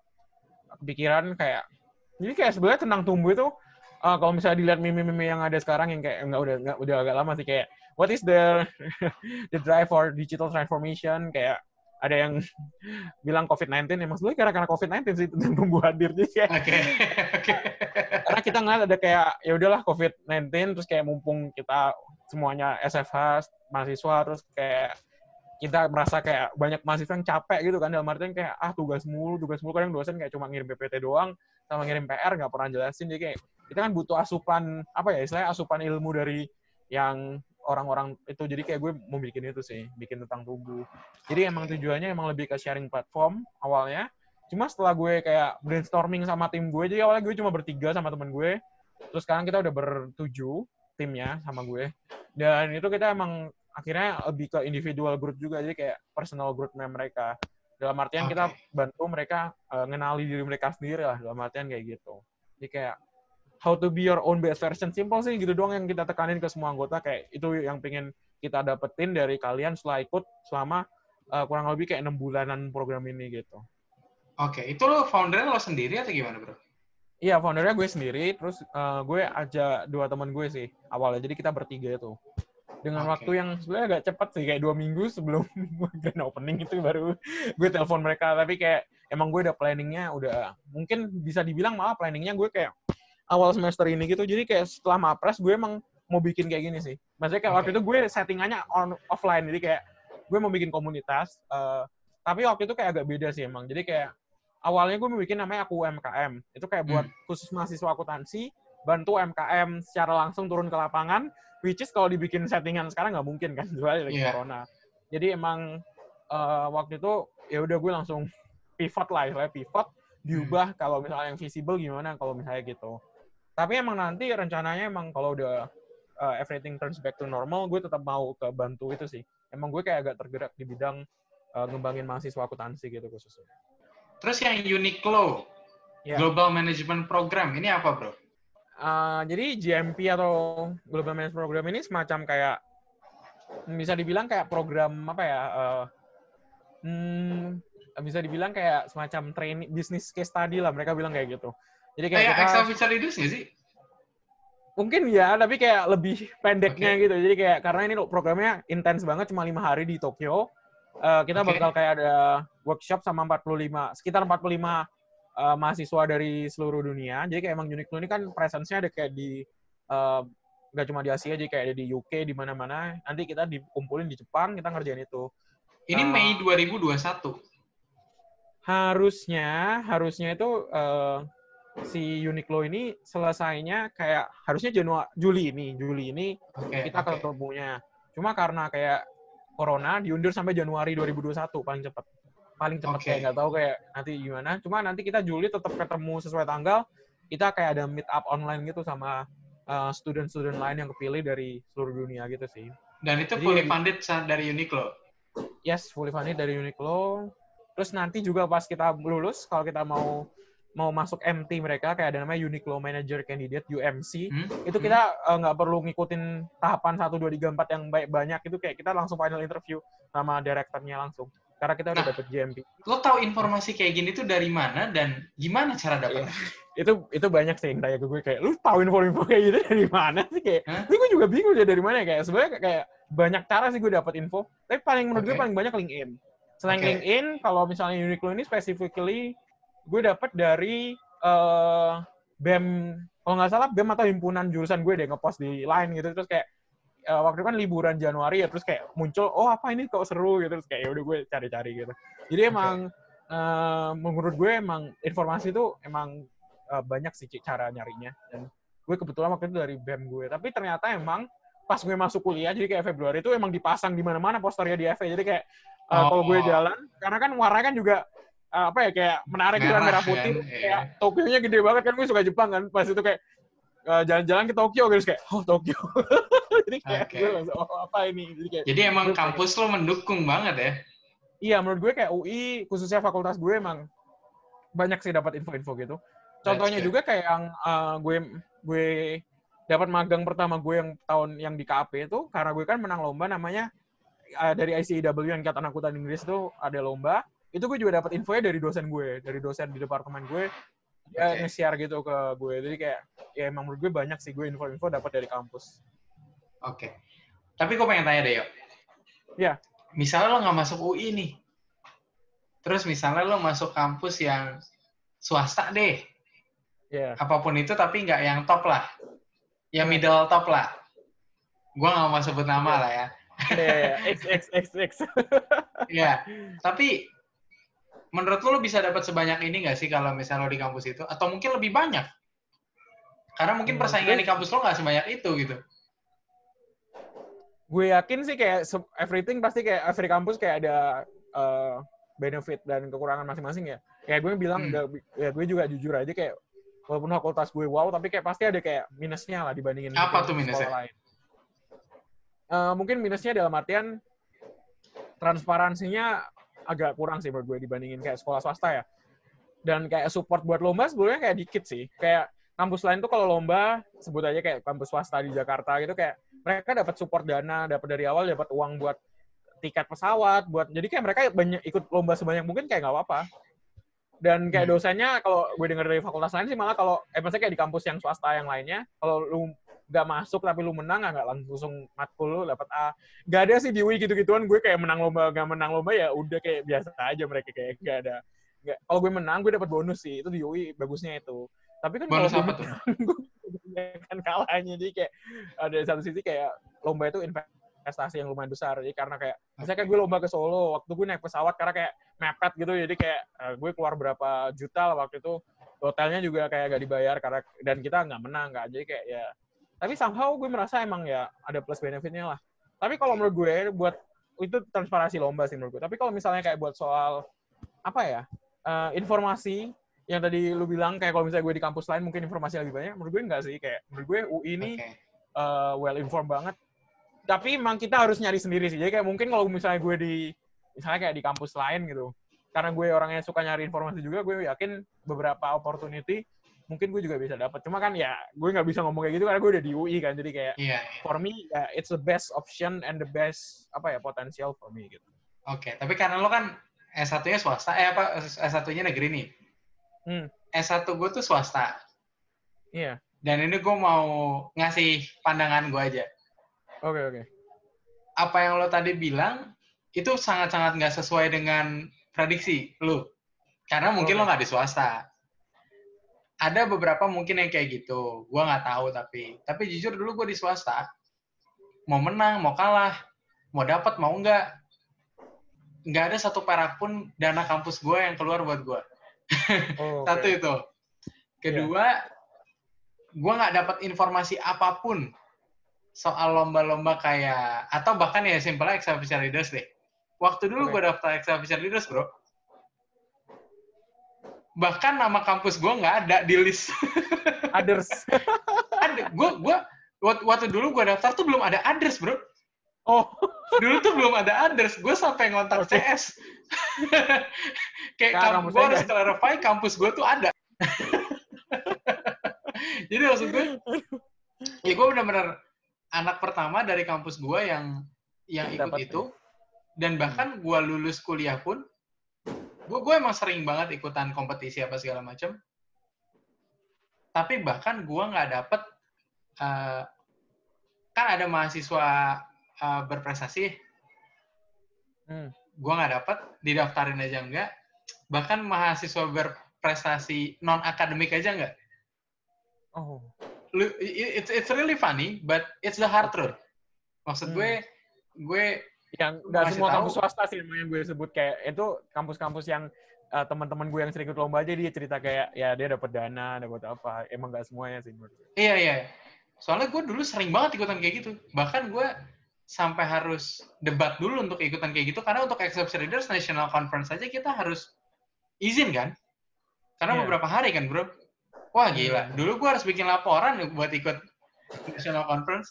kepikiran kayak jadi kayak sebenarnya Tentang Tumbuh itu uh, kalau misalnya dilihat meme-meme yang ada sekarang yang kayak enggak udah enggak udah agak lama sih kayak what is the the drive for digital transformation kayak ada yang bilang covid sembilan belas ya maksudnya karena covid sembilan belas sih Tentang Tumbuh hadir jadi kayak okay. Okay. Karena kita ngeliat ada kayak ya udahlah covid sembilan belas terus kayak mumpung kita semuanya S F H mahasiswa terus kayak kita merasa kayak banyak mahasiswa yang capek gitu kan dalam artian kayak ah tugas mulu tugas mulu kadang dosen kayak cuma ngirim P P T doang sama ngirim P R nggak pernah jelasin jadi kayak kita kan butuh asupan apa ya istilahnya asupan ilmu dari yang orang-orang itu jadi kayak gue mau bikin itu sih bikin Tentang Tumbuh jadi emang tujuannya emang lebih ke sharing platform awalnya cuma setelah gue kayak brainstorming sama tim gue jadi awalnya gue cuma bertiga sama temen gue terus sekarang kita udah bertujuh timnya sama gue dan itu kita emang akhirnya lebih ke individual group juga jadi kayak personal groupnya mereka dalam artian okay. kita bantu mereka uh, ngenali diri mereka sendiri lah dalam artian kayak gitu jadi kayak how to be your own best version simple sih gitu doang yang kita tekanin ke semua anggota kayak itu yang pengen kita dapetin dari kalian setelah ikut selama uh, kurang lebih kayak enam bulanan program ini gitu. Oke, okay. Itu lo foundernya lo sendiri atau gimana bro? Iya foundernya gue sendiri terus uh, gue aja dua teman gue sih awalnya jadi kita bertiga itu. Dengan okay. waktu yang sebenarnya agak cepat sih, kayak dua minggu sebelum grand opening itu baru gue telepon mereka. Tapi kayak emang gue udah planningnya, udah mungkin bisa dibilang malah planningnya gue kayak awal semester ini gitu. Jadi kayak setelah Mapres gue emang mau bikin kayak gini sih. Maksudnya kayak okay. waktu itu gue settingannya on offline, jadi kayak gue mau bikin komunitas. Uh, tapi waktu itu kayak agak beda sih emang. Jadi kayak awalnya gue mau bikin namanya Aku U M K M. Itu kayak buat hmm. khusus mahasiswa akuntansi, bantu U M K M secara langsung turun ke lapangan. Which is kalau dibikin settingan sekarang nggak mungkin kan, soalnya lagi yeah. corona. Jadi emang uh, waktu itu ya udah gue langsung pivot lah, istilahnya pivot diubah hmm. kalau misalnya yang visible gimana kalau misalnya gitu. Tapi emang nanti rencananya emang kalau udah uh, everything turns back to normal, gue tetap mau ke bantu itu sih. Emang gue kayak agak tergerak di bidang uh, ngembangin mahasiswa akuntansi gitu khususnya. Terus yang Uniqlo, yeah. Global Management Program, ini apa bro? Uh, jadi G M P atau Global Management Program ini semacam kayak bisa dibilang kayak program apa ya? Uh, hmm, bisa dibilang kayak semacam training bisnis case study lah mereka bilang kayak gitu. Jadi kayak, kayak kita Exaficial Leaders nggak sih? Mungkin ya, tapi kayak lebih pendeknya okay. gitu. Jadi kayak karena ini programnya intens banget cuma lima hari di Tokyo. Uh, kita okay. bakal kayak ada workshop sama empat puluh lima sekitar empat puluh lima Uh, mahasiswa dari seluruh dunia. Jadi kayak emang Uniqlo ini kan presence-nya ada kayak di uh, nggak cuma di Asia, jadi kayak ada di U K, di mana-mana. Nanti kita dikumpulin di Jepang, kita ngerjain itu. Ini uh, Mei dua ribu dua puluh satu. Harusnya, harusnya itu uh, si Uniqlo ini selesainya kayak harusnya Januari, Juli ini, Juli ini okay, kita okay. ketemunya. Cuma karena kayak corona diundur sampai Januari dua ribu dua puluh satu paling cepat. paling cepat okay. kayak nggak tahu kayak nanti gimana. Cuma nanti kita Juli tetap ketemu sesuai tanggal. kita kayak ada meet up online gitu sama uh, student-student lain yang kepilih dari seluruh dunia gitu sih. Dan itu Jadi, fully funded dari Uniqlo? Yes, fully funded dari Uniqlo. Terus nanti juga pas kita lulus, kalau kita mau mau masuk M T mereka, kayak ada namanya Uniqlo Manager Candidate, U M C, hmm? itu kita nggak hmm. uh, perlu ngikutin tahapan satu, dua, tiga, empat yang banyak, itu kayak kita langsung final interview sama direkturnya langsung. Karena kita udah nah, dapet J M P. Lo tahu informasi kayak gini tuh dari mana dan gimana cara dapetnya? itu itu banyak sih yang tanya ke gue kayak, lu tahu info-info kayak gitu dari mana sih? Kayak, huh? Gue juga bingung ya dari mana ya. Kayak sebenarnya kayak banyak cara sih gue dapet info. Tapi paling menurut okay. gue paling banyak LinkedIn. Selain okay. LinkedIn, kalau misalnya Uniqlo ini specifically gue dapet dari uh, B E M, kalau nggak salah B E M atau himpunan jurusan gue deh ngepost di Line gitu. Terus kayak uh, waktu itu kan liburan Januari ya, terus kayak muncul, oh apa ini kok seru gitu. Terus kayak yaudah gue cari-cari gitu. Jadi emang okay. uh, menurut gue emang informasi itu emang uh, banyak sih cara nyarinya. Dan gue kebetulan waktu itu dari B E M gue. Tapi ternyata emang pas gue masuk kuliah, jadi kayak Februari itu emang dipasang di mana-mana posternya di F E. Jadi kayak uh, oh. kalau gue jalan, karena kan warnanya kan juga uh, apa ya, kayak menarik gitu kan, merah putih. Kan? Kayak yeah. Tokyo-nya gede banget kan, gue suka Jepang kan. Pas itu kayak uh, jalan-jalan ke Tokyo, gitu kayak, oh Tokyo. Jadi kayak okay. gue langsung, oh apa ini. Jadi, kayak, jadi emang kampus kayak, lo mendukung banget ya? Iya, menurut gue kayak U I, khususnya fakultas gue emang banyak sih dapat info-info gitu. Contohnya juga kayak yang uh, gue gue dapat magang pertama gue yang tahun yang di K A P itu, karena gue kan menang lomba namanya uh, dari I C E W yang Ikatan Akuntan Inggris itu ada lomba. Itu gue juga dapat infonya dari dosen gue, dari dosen di departemen gue, dia okay. nge-share gitu ke gue. Jadi kayak, ya emang menurut gue banyak sih gue info-info dapat dari kampus. Oke. Okay. Tapi gue pengen tanya deh, Yo. Iya. Misalnya lo nggak masuk U I nih, terus misalnya lo masuk kampus yang swasta deh, yeah. apapun itu tapi nggak yang top lah, yang middle top lah. Gue nggak mau sebut nama yeah. lah ya. Iya, X X X X. Iya, tapi menurut lo, lo bisa dapat sebanyak ini nggak sih kalau misalnya lo di kampus itu? Atau mungkin lebih banyak? Karena mungkin persaingan hmm, di kampus lo nggak sebanyak itu gitu. Gue yakin sih kayak everything pasti kayak every kampus kayak ada uh, benefit dan kekurangan masing-masing ya. Kayak gue bilang, hmm. ya gue juga jujur aja kayak walaupun fakultas gue wow, tapi kayak pasti ada kayak minusnya lah dibandingin apa tuh minusnya? Lain. Uh, mungkin minusnya dalam artian transparansinya agak kurang sih menurut gue dibandingin kayak sekolah swasta ya. Dan kayak support buat lomba sebenarnya kayak dikit sih. Kayak kampus lain tuh kalau lomba, sebut aja kayak kampus swasta di Jakarta gitu, kayak mereka dapat support dana, dapat dari awal dapat uang buat tiket pesawat, buat jadi kayak mereka banyak ikut lomba sebanyak mungkin kayak nggak apa-apa. Dan kayak dosennya kalau gue dengar dari fakultas lain sih malah kalau eh maksudnya kayak di kampus yang swasta yang lainnya, kalau lu nggak masuk tapi lu menang nggak langsung matkul lu dapat A. Nggak ada sih di U I gitu-gituan, gue kayak menang lomba nggak menang lomba ya udah kayak biasa aja, mereka kayak nggak ada. Nggak, kalau gue menang gue dapat bonus sih, itu di U I bagusnya itu. Tapi kan bonus kalau apa tuh? Gue kan kalahnya, jadi kayak ada satu sisi kayak lomba itu investasi yang lumayan besar. Jadi karena kayak misalnya kayak gue lomba ke Solo, waktu gue naik pesawat karena kayak mepet gitu, jadi kayak uh, gue keluar berapa juta lah waktu itu. Hotelnya juga kayak gak dibayar karena dan kita nggak menang nggak, jadi kayak ya. Tapi somehow gue merasa emang ya ada plus benefitnya lah. Tapi kalau menurut gue buat itu transparansi lomba sih menurut gue. Tapi kalau misalnya kayak buat soal apa ya uh, informasi yang tadi lu bilang kayak kalau misalnya gue di kampus lain mungkin informasi lebih banyak, menurut gue enggak sih. Kayak menurut gue U I ini okay. uh, well informed banget. Tapi emang kita harus nyari sendiri sih. Jadi kayak mungkin kalau misalnya gue di misalnya kayak di kampus lain gitu, karena gue orangnya suka nyari informasi juga, gue yakin beberapa opportunity mungkin gue juga bisa dapat. Cuma kan ya gue nggak bisa ngomong kayak gitu karena gue udah di U I kan. Jadi kayak yeah, yeah. for me ya it's the best option and the best apa ya potensial for me gitu. Oke, okay. Tapi karena lo kan S satunya swasta, eh apa S satunya negeri nih. Hmm. S satu gue tuh swasta. Iya. Yeah. Dan ini gue mau ngasih pandangan gue aja. Oke, okay, oke. Okay. Apa yang lo tadi bilang, itu sangat-sangat nggak sesuai dengan prediksi lo. Karena mungkin okay. lo nggak di swasta. Ada beberapa mungkin yang kayak gitu. Gue nggak tahu tapi. Tapi jujur dulu gue di swasta. Mau menang, mau kalah, mau dapat, mau nggak. Nggak ada satu perak pun dana kampus gue yang keluar buat gue. Oh, okay. Satu itu. Kedua, yeah. gue nggak dapat informasi apapun soal lomba-lomba kayak, atau bahkan ya simpelnya Excel Official Leaders deh. Waktu dulu okay. gue daftar Excel Official Leaders, bro. bahkan nama kampus gue nggak ada di list. Others. Ada, gue gue waktu dulu gue daftar tuh belum ada others, bro. Oh, Dulu tuh belum ada others. Gue sampai ngontak Oke. C S. Kayak Kak, kamp- kampus gue saya harus nggak- clarify kampus gue tuh ada. Jadi maksud gue, ya gue benar-benar anak pertama dari kampus gue yang yang ikut Dapat, itu. Dan bahkan gue lulus kuliah pun, gue gue emang sering banget ikutan kompetisi apa segala macam. Tapi bahkan gue nggak dapet, uh, kan ada mahasiswa uh, berprestasi, Hmm. gue nggak dapet, didaftarin aja enggak. Bahkan mahasiswa berprestasi non akademik aja enggak. Oh. Lu- It's it's really funny, but it's the hard truth. Maksud Hmm. gue, gue Yang Gua nggak kasih semua tahu. kampus swasta sih emang yang gue sebut, kayak itu kampus-kampus yang uh, teman-teman gue yang sering ikut lomba aja dia cerita kayak ya dia dapat dana, dapat apa. Emang nggak semuanya sih menurut gue. Iya, iya. Soalnya gue dulu sering banget ikutan kayak gitu. Bahkan gue sampai harus debat dulu untuk ikutan kayak gitu. Karena untuk Exception Readers National Conference aja kita harus izin kan? Karena Iya. beberapa hari kan, bro. Wah, gila. Hmm. Dulu gue harus bikin laporan buat ikut National Conference.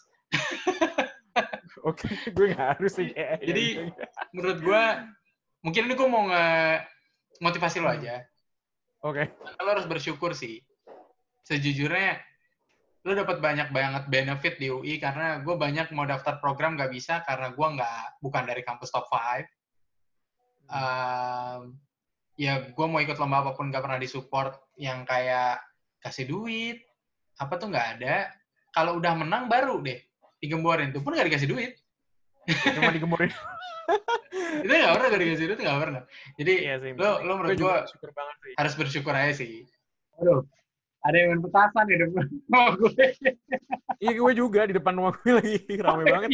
Oke, gue nggak harus sih. kayak Jadi, gitu. menurut gue, mungkin ini gue mau nge-motivasi lo aja. Oke. Lo harus bersyukur sih. Sejujurnya, lo dapat banyak banget benefit di U I karena gue banyak mau daftar program gak bisa karena gue nggak bukan dari kampus top lima. Um, ya gue mau ikut lomba apapun gak pernah disupport yang kayak kasih duit apa tuh nggak ada. Kalau udah menang baru deh digemborin, tuh pun gak dikasih duit. Cuma digemburin. Itu nggak pernah gak dikasih duit, nggak pernah. Jadi Iya sih. lo lo menurut gue juga gue bersyukur banget sih. harus bersyukur aja sih. Aduh, ada yang main petasan ya depan rumah gue. Iya, gue juga di depan rumah gue lagi rame banget.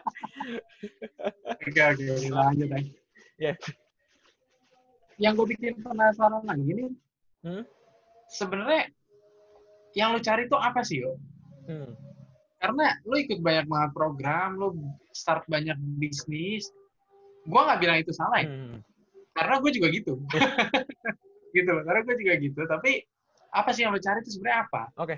Oke oke, lanjut aja. Iya. Yang gue bikin penasaran lagi nih, Hmm? sebenarnya yang lo cari tuh apa sih, yo? Hmm. Karena lo ikut banyak banget program, lo start banyak bisnis. Gue nggak bilang itu salah ya, Hmm. karena gue juga gitu. Gitu loh, karena gue juga gitu. Tapi apa sih yang lo cari itu sebenarnya apa? Oke.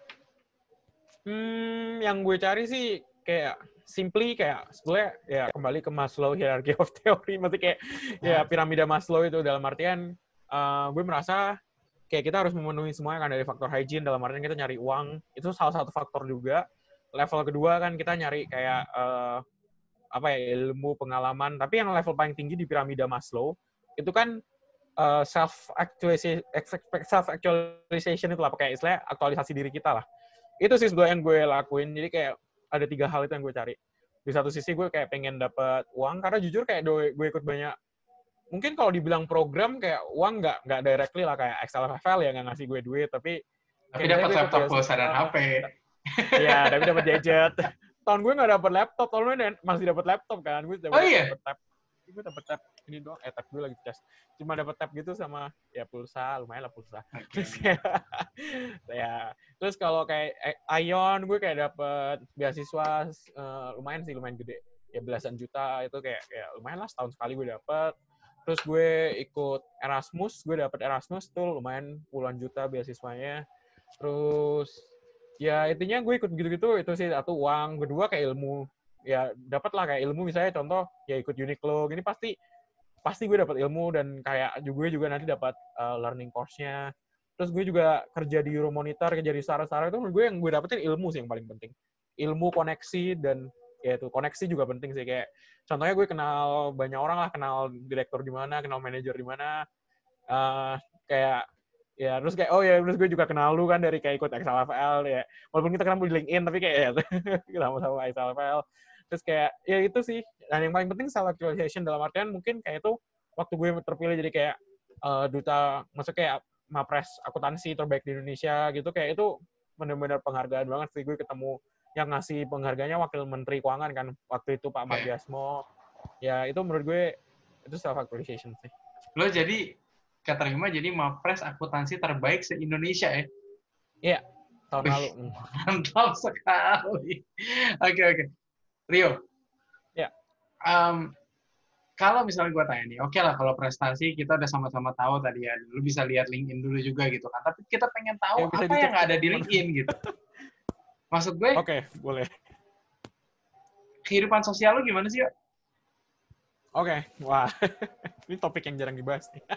Hmm, yang gue cari sih kayak simply kayak sebenarnya ya kembali ke Maslow hierarchy of theory, maksudnya kayak ya piramida Maslow itu dalam artian uh, gue merasa kayak kita harus memenuhi semuanya kan, dari faktor hygiene dalam artian kita nyari uang itu salah satu faktor juga. Level kedua kan kita nyari kayak uh, apa ya, ilmu, pengalaman. Tapi yang level paling tinggi di piramida Maslow itu kan uh, self actualization, self actualization itu lah, kayak istilahnya aktualisasi diri kita lah. Itu sih sebenarnya yang gue lakuin. Jadi kayak ada tiga hal itu yang gue cari. Di satu sisi gue kayak pengen dapat uang karena jujur kayak gue ikut banyak, mungkin kalau dibilang program kayak uang nggak nggak directly lah, kayak X L F F L ya nggak ngasih gue duit, tapi Tapi dapat laptop pulsa dan H P. Iya, tapi dapat gadget. Tahun gue nggak dapat laptop, tahun gue masih dapat laptop kan. Gue dapat Oh, iya? tab. Gue dapat tab ini doang, eh tab gue lagi cas. Cuma dapat tab gitu sama ya pulsa, lumayan lah pulsa. Okay. Terus kayak, ya, terus kalau kayak Ion gue kayak dapat beasiswa uh, lumayan sih, lumayan gede. Ya belasan juta itu kayak ya lumayan lah, setahun sekali gue dapat. Terus gue ikut Erasmus, gue dapat Erasmus tuh lumayan puluhan juta beasiswanya. Terus ya intinya gue ikut gitu-gitu, itu sih satu uang, kedua kayak ilmu. Ya dapat lah kayak ilmu, misalnya contoh ya ikut Uniqlo gini pasti pasti gue dapat ilmu, dan kayak gue juga nanti dapat uh, learning course-nya. Terus gue juga kerja di Euromonitor, kerja di Sarah-Sarah, itu menurut gue yang gue dapetin ilmu sih yang paling penting. Ilmu, koneksi, dan ya itu koneksi juga penting sih. Kayak contohnya gue kenal banyak orang lah, kenal direktur di mana, kenal manajer di mana, uh, kayak ya terus kayak oh ya terus gue juga kenal lu kan dari kayak ikut X L F L ya, walaupun kita kenal di LinkedIn tapi kayak ya sama-sama X L F L. Terus kayak ya itu sih, dan yang paling penting self actualization dalam artian mungkin kayak itu waktu gue terpilih jadi kayak uh, duta, maksudnya kayak Mapres akuntansi terbaik di Indonesia gitu, kayak itu benar-benar penghargaan banget sih. Gue ketemu yang ngasih penghargaannya Wakil Menteri Keuangan kan waktu itu Pak Mardiasmo. Ya itu menurut gue itu self actualization sih. Lo jadi keterima jadi Mapres akuntansi terbaik se-Indonesia ya? Iya, tahun Wih, lalu. Mantap sekali. Oke, oke. Rio. Ya. Um, kalau misalnya gue tanya nih, oke okay lah kalau prestasi kita udah sama-sama tahu tadi ya, lu bisa lihat LinkedIn dulu juga gitu kan. Tapi kita pengen tahu Ya, bisa apa yang dicek ada di teman. LinkedIn gitu. Maksud gue, Oke, okay, boleh. kehidupan sosial lu gimana sih, yuk? Oke, okay. Wah, ini topik yang jarang dibahas nih.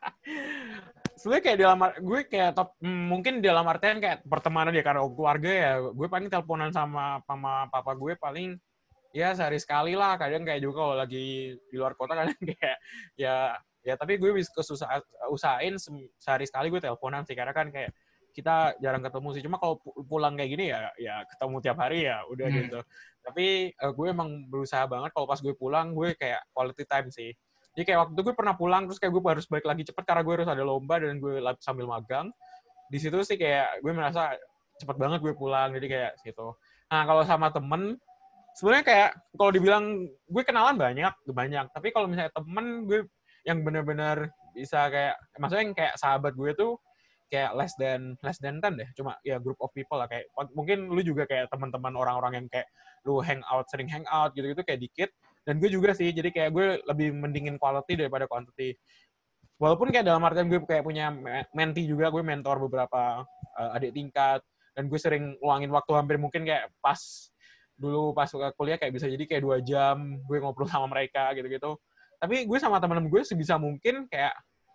Sebenarnya kayak dalam gue kayak top, mungkin dalam artian kayak pertemanan ya karena keluarga ya, gue paling teleponan sama sama papa gue paling ya sehari sekali lah, kadang kayak juga kalau lagi di luar kota kadang kayak ya ya tapi gue bisa kesusah usahain sehari sekali gue teleponan sih karena kan kayak kita jarang ketemu sih. Cuma kalau pulang kayak gini ya ya ketemu tiap hari ya udah hmm. gitu. Tapi uh, gue emang berusaha banget kalau pas gue pulang gue kayak quality time sih. Jadi kayak waktu itu gue pernah pulang terus kayak gue harus balik lagi cepet karena gue harus ada lomba dan gue sambil magang. Di situ sih kayak gue merasa cepet banget gue pulang. Jadi kayak gitu. Nah kalau sama temen sebenarnya kayak kalau dibilang gue kenalan banyak, banyak. Tapi kalau misalnya temen gue yang benar-benar bisa kayak maksudnya yang kayak sahabat gue tuh kayak less than less than ten deh, cuma ya group of people lah kayak mungkin lu juga kayak teman-teman orang-orang yang kayak lu hang out sering hang out gitu-gitu kayak dikit dan gue juga sih jadi kayak gue lebih mendingin quality daripada quantity walaupun kayak dalam artian gue kayak punya mentee juga gue mentor beberapa uh, adik tingkat dan gue sering luangin waktu hampir mungkin kayak pas dulu pas kuliah kayak bisa jadi kayak dua jam gue ngobrol sama mereka gitu-gitu tapi gue sama teman-teman gue sebisa mungkin kayak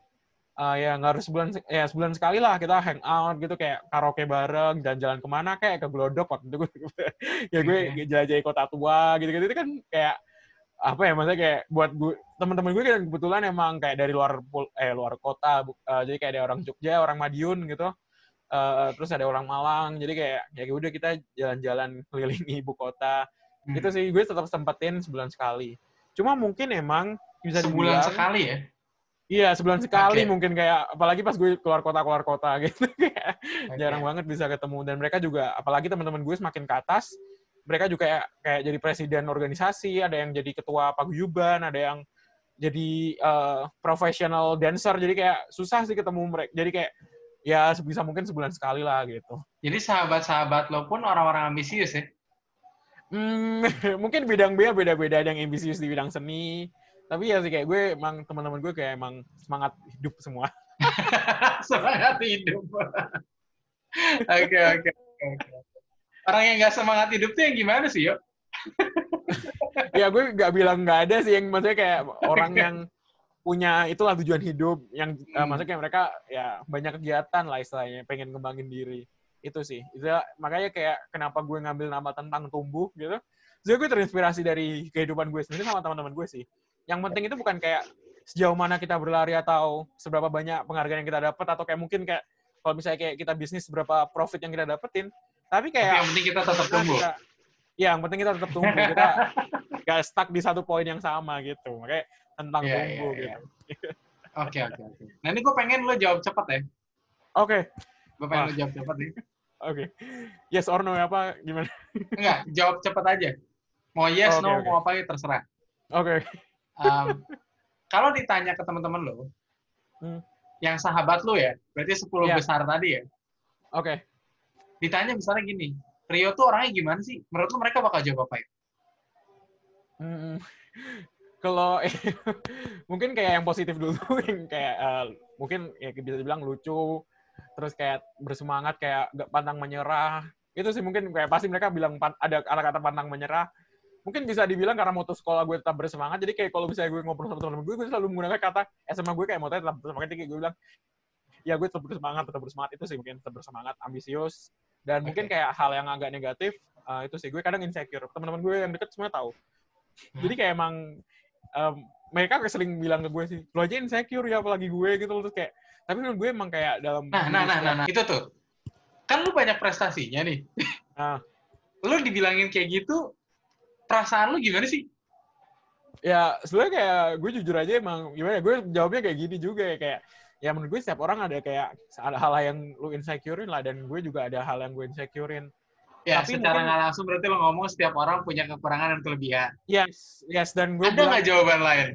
Uh, ya nggak harus sebulan ya sebulan sekali lah kita hang out gitu kayak karaoke bareng jalan-jalan kemana kayak ke Glodok waktu itu gue ya gue jelajahi kota tua gitu-gitu itu kan kayak apa ya maksudnya kayak buat gue teman-teman gue kan kebetulan emang kayak dari luar eh luar kota uh, jadi kayak ada orang Jogja orang Madiun gitu uh, terus ada orang Malang jadi kayak ya udah kita jalan-jalan keliling ibu kota hmm. itu sih gue tetap sempetin sebulan sekali cuma mungkin emang bisa sebulan dibilang, sekali ya. Iya, sebulan sekali okay. Mungkin kayak, apalagi pas gue keluar kota-keluar kota gitu. okay. Jarang banget bisa ketemu. Dan mereka juga, apalagi teman-teman gue semakin ke atas, mereka juga kayak, kayak jadi presiden organisasi, ada yang jadi ketua paguyuban, ada yang jadi uh, professional dancer, jadi kayak susah sih ketemu mereka. Jadi kayak, ya sebisa mungkin sebulan sekali lah gitu. Jadi sahabat-sahabat lo pun orang-orang ambisius ya? Hmm, mungkin bidang beda-beda, ada yang ambisius di bidang seni, tapi ya sih kayak gue emang teman-teman gue kayak emang semangat hidup semua. Semangat hidup. Oke oke oke. Orang yang nggak semangat hidup tuh yang gimana sih, Yo? Ya gue nggak bilang nggak ada sih yang maksudnya kayak orang yang punya itulah tujuan hidup yang hmm. uh, maksudnya kayak mereka ya banyak kegiatan lah istilahnya pengen ngembangin diri itu sih. Itu makanya kayak kenapa gue ngambil nama tentang tumbuh gitu. Jadi gue terinspirasi dari kehidupan gue sendiri sama teman-teman gue sih. Yang penting itu bukan kayak sejauh mana kita berlari atau seberapa banyak penghargaan yang kita dapat atau kayak mungkin kayak kalau misalnya kayak kita bisnis seberapa profit yang kita dapetin, tapi kayak tapi yang penting kita tetap tumbuh. Kita, ya, yang penting kita tetap tumbuh. Kita gak stuck di satu poin yang sama gitu. Makanya tentang yeah, tumbuh yeah, gitu. Oke oke oke. Nah ini gue pengen lo jawab cepat ya. Oke. Okay. Gue pengen Wah. lo jawab cepat nih. Oke. Okay. Yes or no apa gimana? Enggak, jawab cepat aja. Mau yes, okay, no, okay. mau apa ya terserah. Oke. Okay. Um, kalau ditanya ke teman-teman lo, hmm. yang sahabat lo ya, berarti sepuluh yeah. besar tadi ya. Oke. Okay. Ditanya misalnya gini, Rio tuh orangnya gimana sih? Menurut lo mereka bakal jawab apa ya? Hmm. Kalau mungkin kayak yang positif dulu, yang kayak uh, mungkin ya bisa dibilang lucu, terus kayak bersemangat, kayak gak pantang menyerah. Itu sih mungkin kayak pasti mereka bilang ada kata-kata pantang menyerah. Mungkin bisa dibilang karena moto sekolah gue tetap bersemangat, jadi kayak kalau misalnya gue ngobrol sama teman-teman gue, gue selalu menggunakan kata S M A gue kayak motonya tetap bersemangat, jadi gue bilang, ya gue tetap bersemangat, tetap bersemangat, itu sih mungkin tetap bersemangat, ambisius, dan okay. mungkin kayak hal yang agak negatif, uh, itu sih, gue kadang insecure. Teman-teman gue yang deket semuanya tahu. Hmm. Jadi kayak emang, um, mereka sering bilang ke gue sih, lo aja insecure ya, apalagi gue gitu, terus kayak, tapi menurut gue emang kayak dalam... Nah, nah, nah, nah, nah, itu tuh. Kan lu banyak prestasinya nih. Nah. Lu dibilangin kayak gitu, perasaan lu gimana sih? Ya, sebenarnya kayak gue jujur aja emang gimana, gue jawabnya kayak gini juga ya, kayak ya menurut gue setiap orang ada kayak ada hal yang lu insecurein lah, dan gue juga ada hal yang gue insecurein. Ya, tapi secara nggak langsung berarti lo ngomong setiap orang punya kekurangan dan kelebihan. Yes, yes, dan gue ada nggak jawaban lain?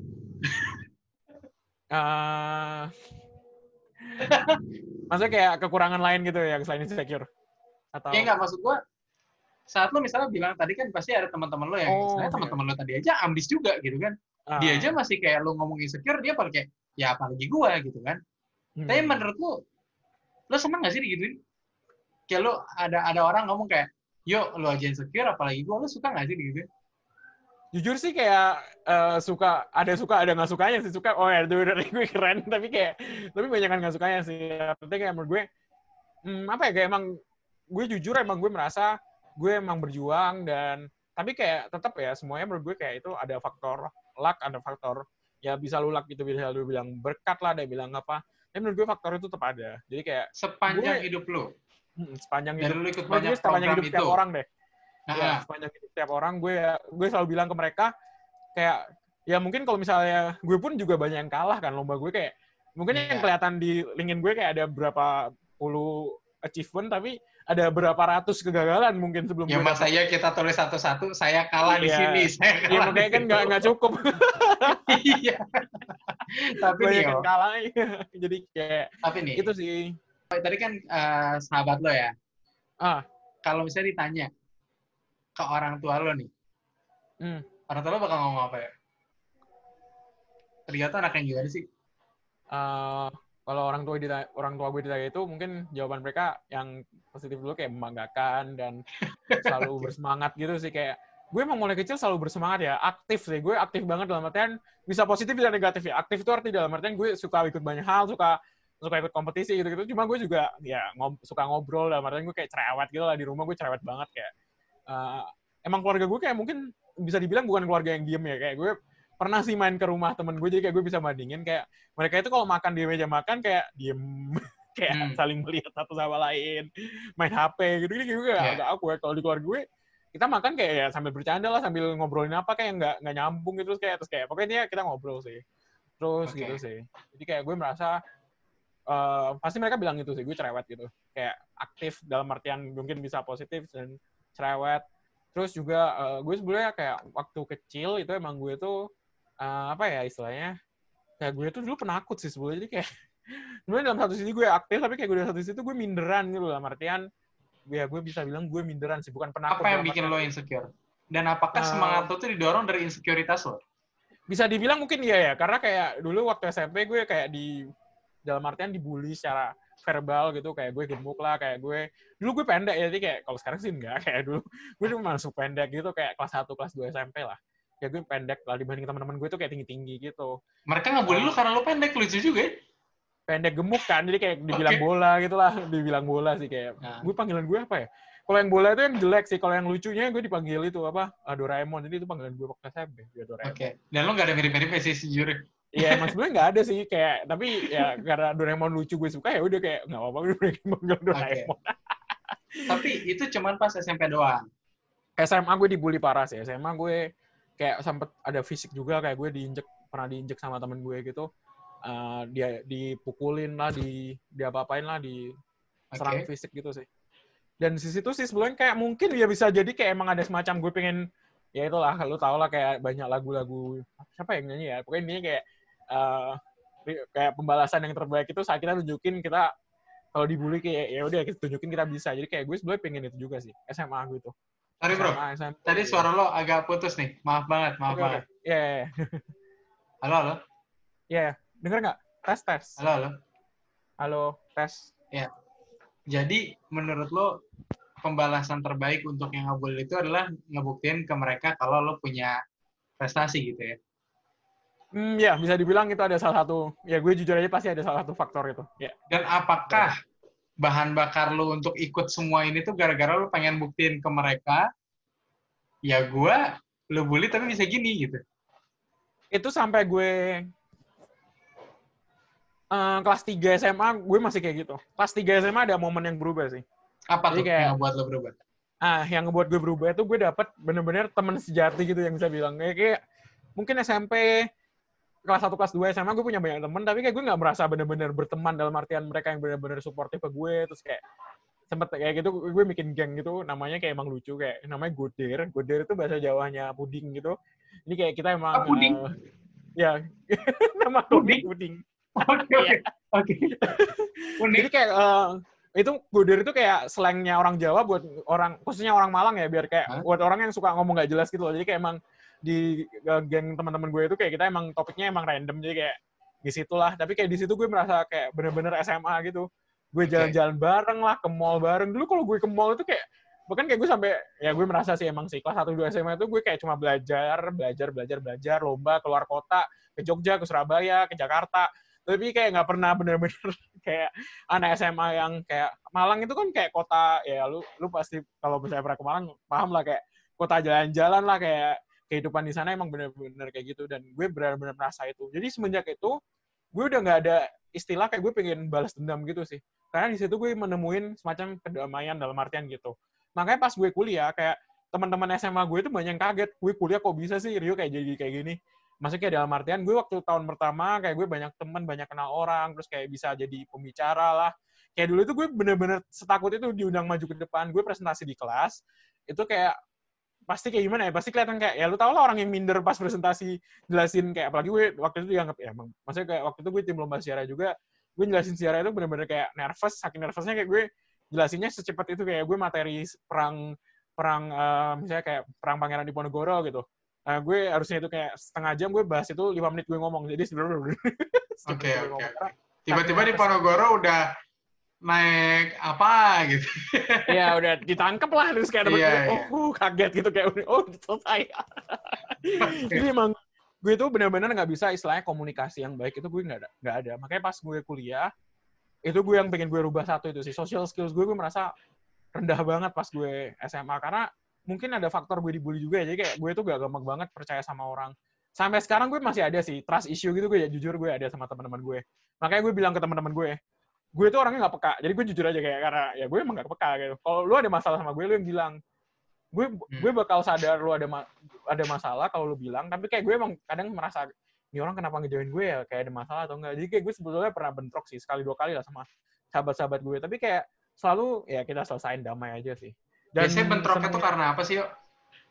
uh, maksudnya kayak kekurangan lain gitu ya selain insecure? Atau... Ya nggak, maksud gue saat lo misalnya bilang tadi kan pasti ada teman-teman lo yang oh, misalnya teman-teman lo tadi aja ambis juga gitu kan. dia aja masih kayak lu ngomong insecure, dia paling kayak, ya apalagi gua gitu kan. Hmm. Tapi menurut lu, lu seneng gak sih digituin? Kayak lu ada ada orang ngomong kayak, yuk lu aja insecure, apalagi gua, lu suka gak sih digituin? Jujur sih kayak uh, suka, ada suka, ada nggak sukanya sih. Suka, oh ya dari gue keren, tapi kayak, tapi banyak kan nggak sukanya sih. Penting kayak menurut gue, hmm, apa ya, kayak emang, gue jujur emang gue merasa, gue emang berjuang, dan, tapi kayak tetap ya, semuanya menurut gue kayak itu ada faktor luck, ada faktor, ya bisa lu luck itu, bisa lu bilang berkat lah, ada bilang apa. Tapi menurut gue faktor itu tetap ada. Jadi kayak, sepanjang gue, hidup lu? Hmm, sepanjang hidup. Dan lu ikut banyak program hidup itu. Setiap orang deh. Nah, ya, sepanjang hidup setiap orang, gue gue selalu bilang ke mereka, kayak, ya mungkin kalau misalnya, gue pun juga banyak yang kalah kan, lomba gue kayak, mungkin yeah. yang kelihatan di LinkedIn gue kayak ada berapa puluh achievement, tapi ada berapa ratus kegagalan mungkin sebelum ya, gue. Ya mas saya kita tulis satu-satu, saya kalah yeah. di sini, saya kalah. Iya, makanya kan nggak nggak cukup. Iya. Tapi banyak nih, yang kalah, jadi kayak, tapi nih, itu sih. Tadi kan uh, sahabat lo ya, ah. kalau misalnya ditanya ke orang tua lo nih, hmm. orang tua lo bakal ngomong apa ya? Ternyata anak yang gimana sih? Uh, kalau orang tua ditanya, orang tua gue ditanya itu, mungkin jawaban mereka yang positif dulu kayak membanggakan dan selalu bersemangat gitu sih. Kayak gue emang mulai kecil selalu bersemangat ya, aktif sih. Gue aktif banget dalam artian bisa positif bisa negatif ya. Aktif itu arti dalam artian gue suka ikut banyak hal, suka suka ikut kompetisi gitu-gitu. Cuma gue juga ya ngob, suka ngobrol dalam artian gue kayak cerewet gitu lah di rumah, gue cerewet banget kayak. Uh, emang keluarga gue kayak mungkin bisa dibilang bukan keluarga yang diem ya, kayak gue pernah sih main ke rumah temen gue, jadi kayak gue bisa bandingin kayak mereka itu kalau makan di meja makan kayak diem kayak hmm. saling melihat satu sama lain, main H P gitu gitu juga yeah. agak awkward. Kalau di keluarga gue kita makan kayak ya sambil bercanda lah, sambil ngobrolin apa kayak nggak nggak nyambung gitu, terus kayak terus kayak pokoknya kita ngobrol sih terus okay. gitu sih. Jadi kayak gue merasa uh, pasti mereka bilang gitu sih, gue cerewet gitu, kayak aktif dalam artian mungkin bisa positif dan cerewet. Terus juga uh, gue sebenarnya kayak waktu kecil itu emang gue tuh uh, apa ya istilahnya, kayak gue tuh dulu penakut sih sebelumnya. Jadi kayak sebenarnya dalam satu sisi gue aktif, tapi kayak gue dalam satu sisi itu gue minderan gitu dalam artian ya gue bisa bilang gue minderan sih, bukan penakut. Apa yang bikin lo insecure? Dan apakah uh, semangat lo tuh didorong dari insekuritas lo? Bisa dibilang mungkin iya ya, karena kayak dulu waktu S M P gue kayak di dalam artian dibully secara verbal gitu, kayak gue gemuk lah, kayak gue dulu gue pendek ya, jadi kayak kalau sekarang sih enggak, kayak dulu gue cuma masuk pendek gitu, kayak kelas satu kelas dua S M P lah, kayak gue pendek lah dibanding teman-teman gue tuh kayak tinggi-tinggi gitu. Mereka nggak bully lu karena lu pendek, lucu juga ya? Pendek gemuk kan, jadi kayak dibilang okay. bola gitu lah, dibilang bola sih kayak. Nah. Gue panggilan gue apa ya? Kalau yang bola itu yang jelek sih, kalau yang lucunya gue dipanggil itu apa? Doraemon, jadi itu panggilan gue waktu S M P, ya Doraemon. Oke. Okay. Dan lo nggak ada mirip-mirip sih sejujurnya? Iya, emang sebenarnya nggak ada sih, kayak tapi ya karena Doraemon lucu gue suka, ya udah kayak nggak apa-apa gue panggil Doraemon. Okay. Tapi itu cuman pas S M P doang. S M A gue dibully parah sih. S M A gue kayak sempet ada fisik juga, kayak gue diinjek, pernah diinjek sama temen gue gitu. Uh, dia dipukulin lah, di diapa-apain lah, diserang okay. fisik gitu sih. Dan di situ sih sebelumnya kayak mungkin ya bisa jadi kayak emang ada semacam gue pengen, ya itulah, lu tau lah kayak banyak lagu-lagu, siapa yang nyanyi ya, pokoknya intinya kayak uh, kayak pembalasan yang terbaik itu saat kita tunjukin kita kalau dibully kayak ya udah kita tunjukin kita bisa. Jadi kayak gue sebenarnya pengen itu juga sih, S M A gue tuh. Sorry bro, S M A, S M P, tadi suara lo agak putus nih, maaf banget, maaf okay, banget. Iya, okay. yeah, yeah. Halo, halo? Iya, yeah. Denger nggak? Tes, tes. Halo, halo? Halo, tes. Ya, jadi menurut lo pembalasan terbaik untuk yang ngebully itu adalah ngebuktiin ke mereka kalau lo punya prestasi gitu ya? Hmm, ya, bisa dibilang itu ada salah satu, ya gue jujur aja pasti ada salah satu faktor itu. Ya. Dan apakah bahan bakar lo untuk ikut semua ini tuh gara-gara lo pengen buktiin ke mereka, ya gue, lo bully tapi bisa gini gitu? Itu sampai gue uh, kelas tiga S M A, gue masih kayak gitu. Kelas tiga S M A ada momen yang berubah sih. Apa Jadi tuh kayak, yang ngebuat lo berubah? Ah, yang ngebuat gue berubah itu gue dapet bener-bener teman sejati gitu yang bisa bilang. Kayak, kayak mungkin S M P, kelas satu, kelas dua S M A gue punya banyak teman, tapi kayak gue nggak merasa bener-bener berteman dalam artian mereka yang bener-bener suportif ke gue. Terus kayak sempet kayak gitu, gue bikin geng gitu, namanya kayak emang lucu, kayak namanya Goder. Goder itu bahasa Jawanya puding gitu. Ini kayak kita emang... Ah, puding? Uh, ya, nama puding. Puding. Oke, oke. Oke. Jadi kayak... Uh, itu Goder itu kayak slangnya orang Jawa buat orang, khususnya orang Malang ya, biar kayak huh? buat orang yang suka ngomong nggak jelas gitu loh. Jadi kayak emang di geng teman-teman gue itu kayak kita emang topiknya emang random, jadi kayak di situlah. Tapi kayak di situ gue merasa kayak bener-bener S M A gitu. Gue Oke. jalan-jalan bareng lah ke mall bareng. Dulu kalau gue ke mall itu kayak bahkan kayak gue sampai ya gue merasa sih emang sih kelas satu dua S M A itu gue kayak cuma belajar, belajar, belajar, belajar, lomba keluar kota, ke Jogja, ke Surabaya, ke Jakarta. Tapi kayak nggak pernah bener-bener kayak anak S M A yang kayak Malang itu kan kayak kota ya lu lu pasti kalau misalnya pernah ke Malang paham lah kayak kota jalan-jalan lah kayak kehidupan di sana emang bener-bener kayak gitu dan gue benar-benar merasa itu. Jadi semenjak itu gue udah nggak ada istilah kayak gue pengen balas dendam gitu sih. Karena di situ gue menemuin semacam kedamaian dalam artian gitu. Makanya pas gue kuliah kayak teman-teman S M A gue itu banyak yang kaget. Gue kuliah kok bisa sih Rio kayak jadi kayak gini. Maksudnya kayak dalam artian gue waktu tahun pertama kayak gue banyak teman, banyak kenal orang, terus kayak bisa jadi pembicara lah. Kayak dulu itu gue bener-bener setakut itu diundang maju ke depan. Gue presentasi di kelas, itu kayak pasti kayak gimana ya, pasti kelihatan kayak, ya lu tau lah orang yang minder pas presentasi jelasin kayak, apalagi gue waktu itu dianggap, ya emang, maksudnya kayak waktu itu gue tim lomba siara juga, gue jelasin siara itu bener-bener kayak nervous, saking nervousnya kayak gue jelasinnya secepat itu, kayak gue materi perang, perang uh, misalnya kayak perang Pangeran Diponegoro gitu. Nah, gue harusnya itu kayak setengah jam gue bahas itu lima menit gue ngomong, jadi sebenarnya Oke, oke. Tiba-tiba di Ponorogo udah naik apa gitu. Iya, udah ditangkap lah, terus kayak dapet, Iya, oh, iya. uh, kaget gitu, kayak, oh, selesai. Jadi emang, gue tuh benar-benar nggak bisa istilahnya komunikasi yang baik, itu gue nggak ada. nggak ada. Makanya pas gue kuliah, itu gue yang pengen gue rubah satu itu sih. Social skills gue, gue merasa rendah banget pas gue S M A, karena mungkin ada faktor gue dibully juga ya, jadi kayak gue tuh gak gampang banget percaya sama orang. Sampai sekarang gue masih ada sih, trust issue gitu gue ya, jujur gue ada sama teman-teman gue. Makanya gue bilang ke teman-teman gue, gue tuh orangnya nggak peka, jadi gue jujur aja kayak karena ya gue emang nggak peka gitu. Kalau lu ada masalah sama gue, lu yang bilang. Gue gue bakal sadar lu ada ma ada masalah kalau lu bilang, tapi kayak gue emang kadang merasa ini orang kenapa ngejauhin gue ya, kayak ada masalah atau enggak. Jadi kayak gue sebetulnya pernah bentrok sih sekali dua kali lah sama sahabat-sahabat gue, tapi kayak selalu ya kita selesain damai aja sih. Dan biasanya bentroknya tuh karena apa sih, yuk?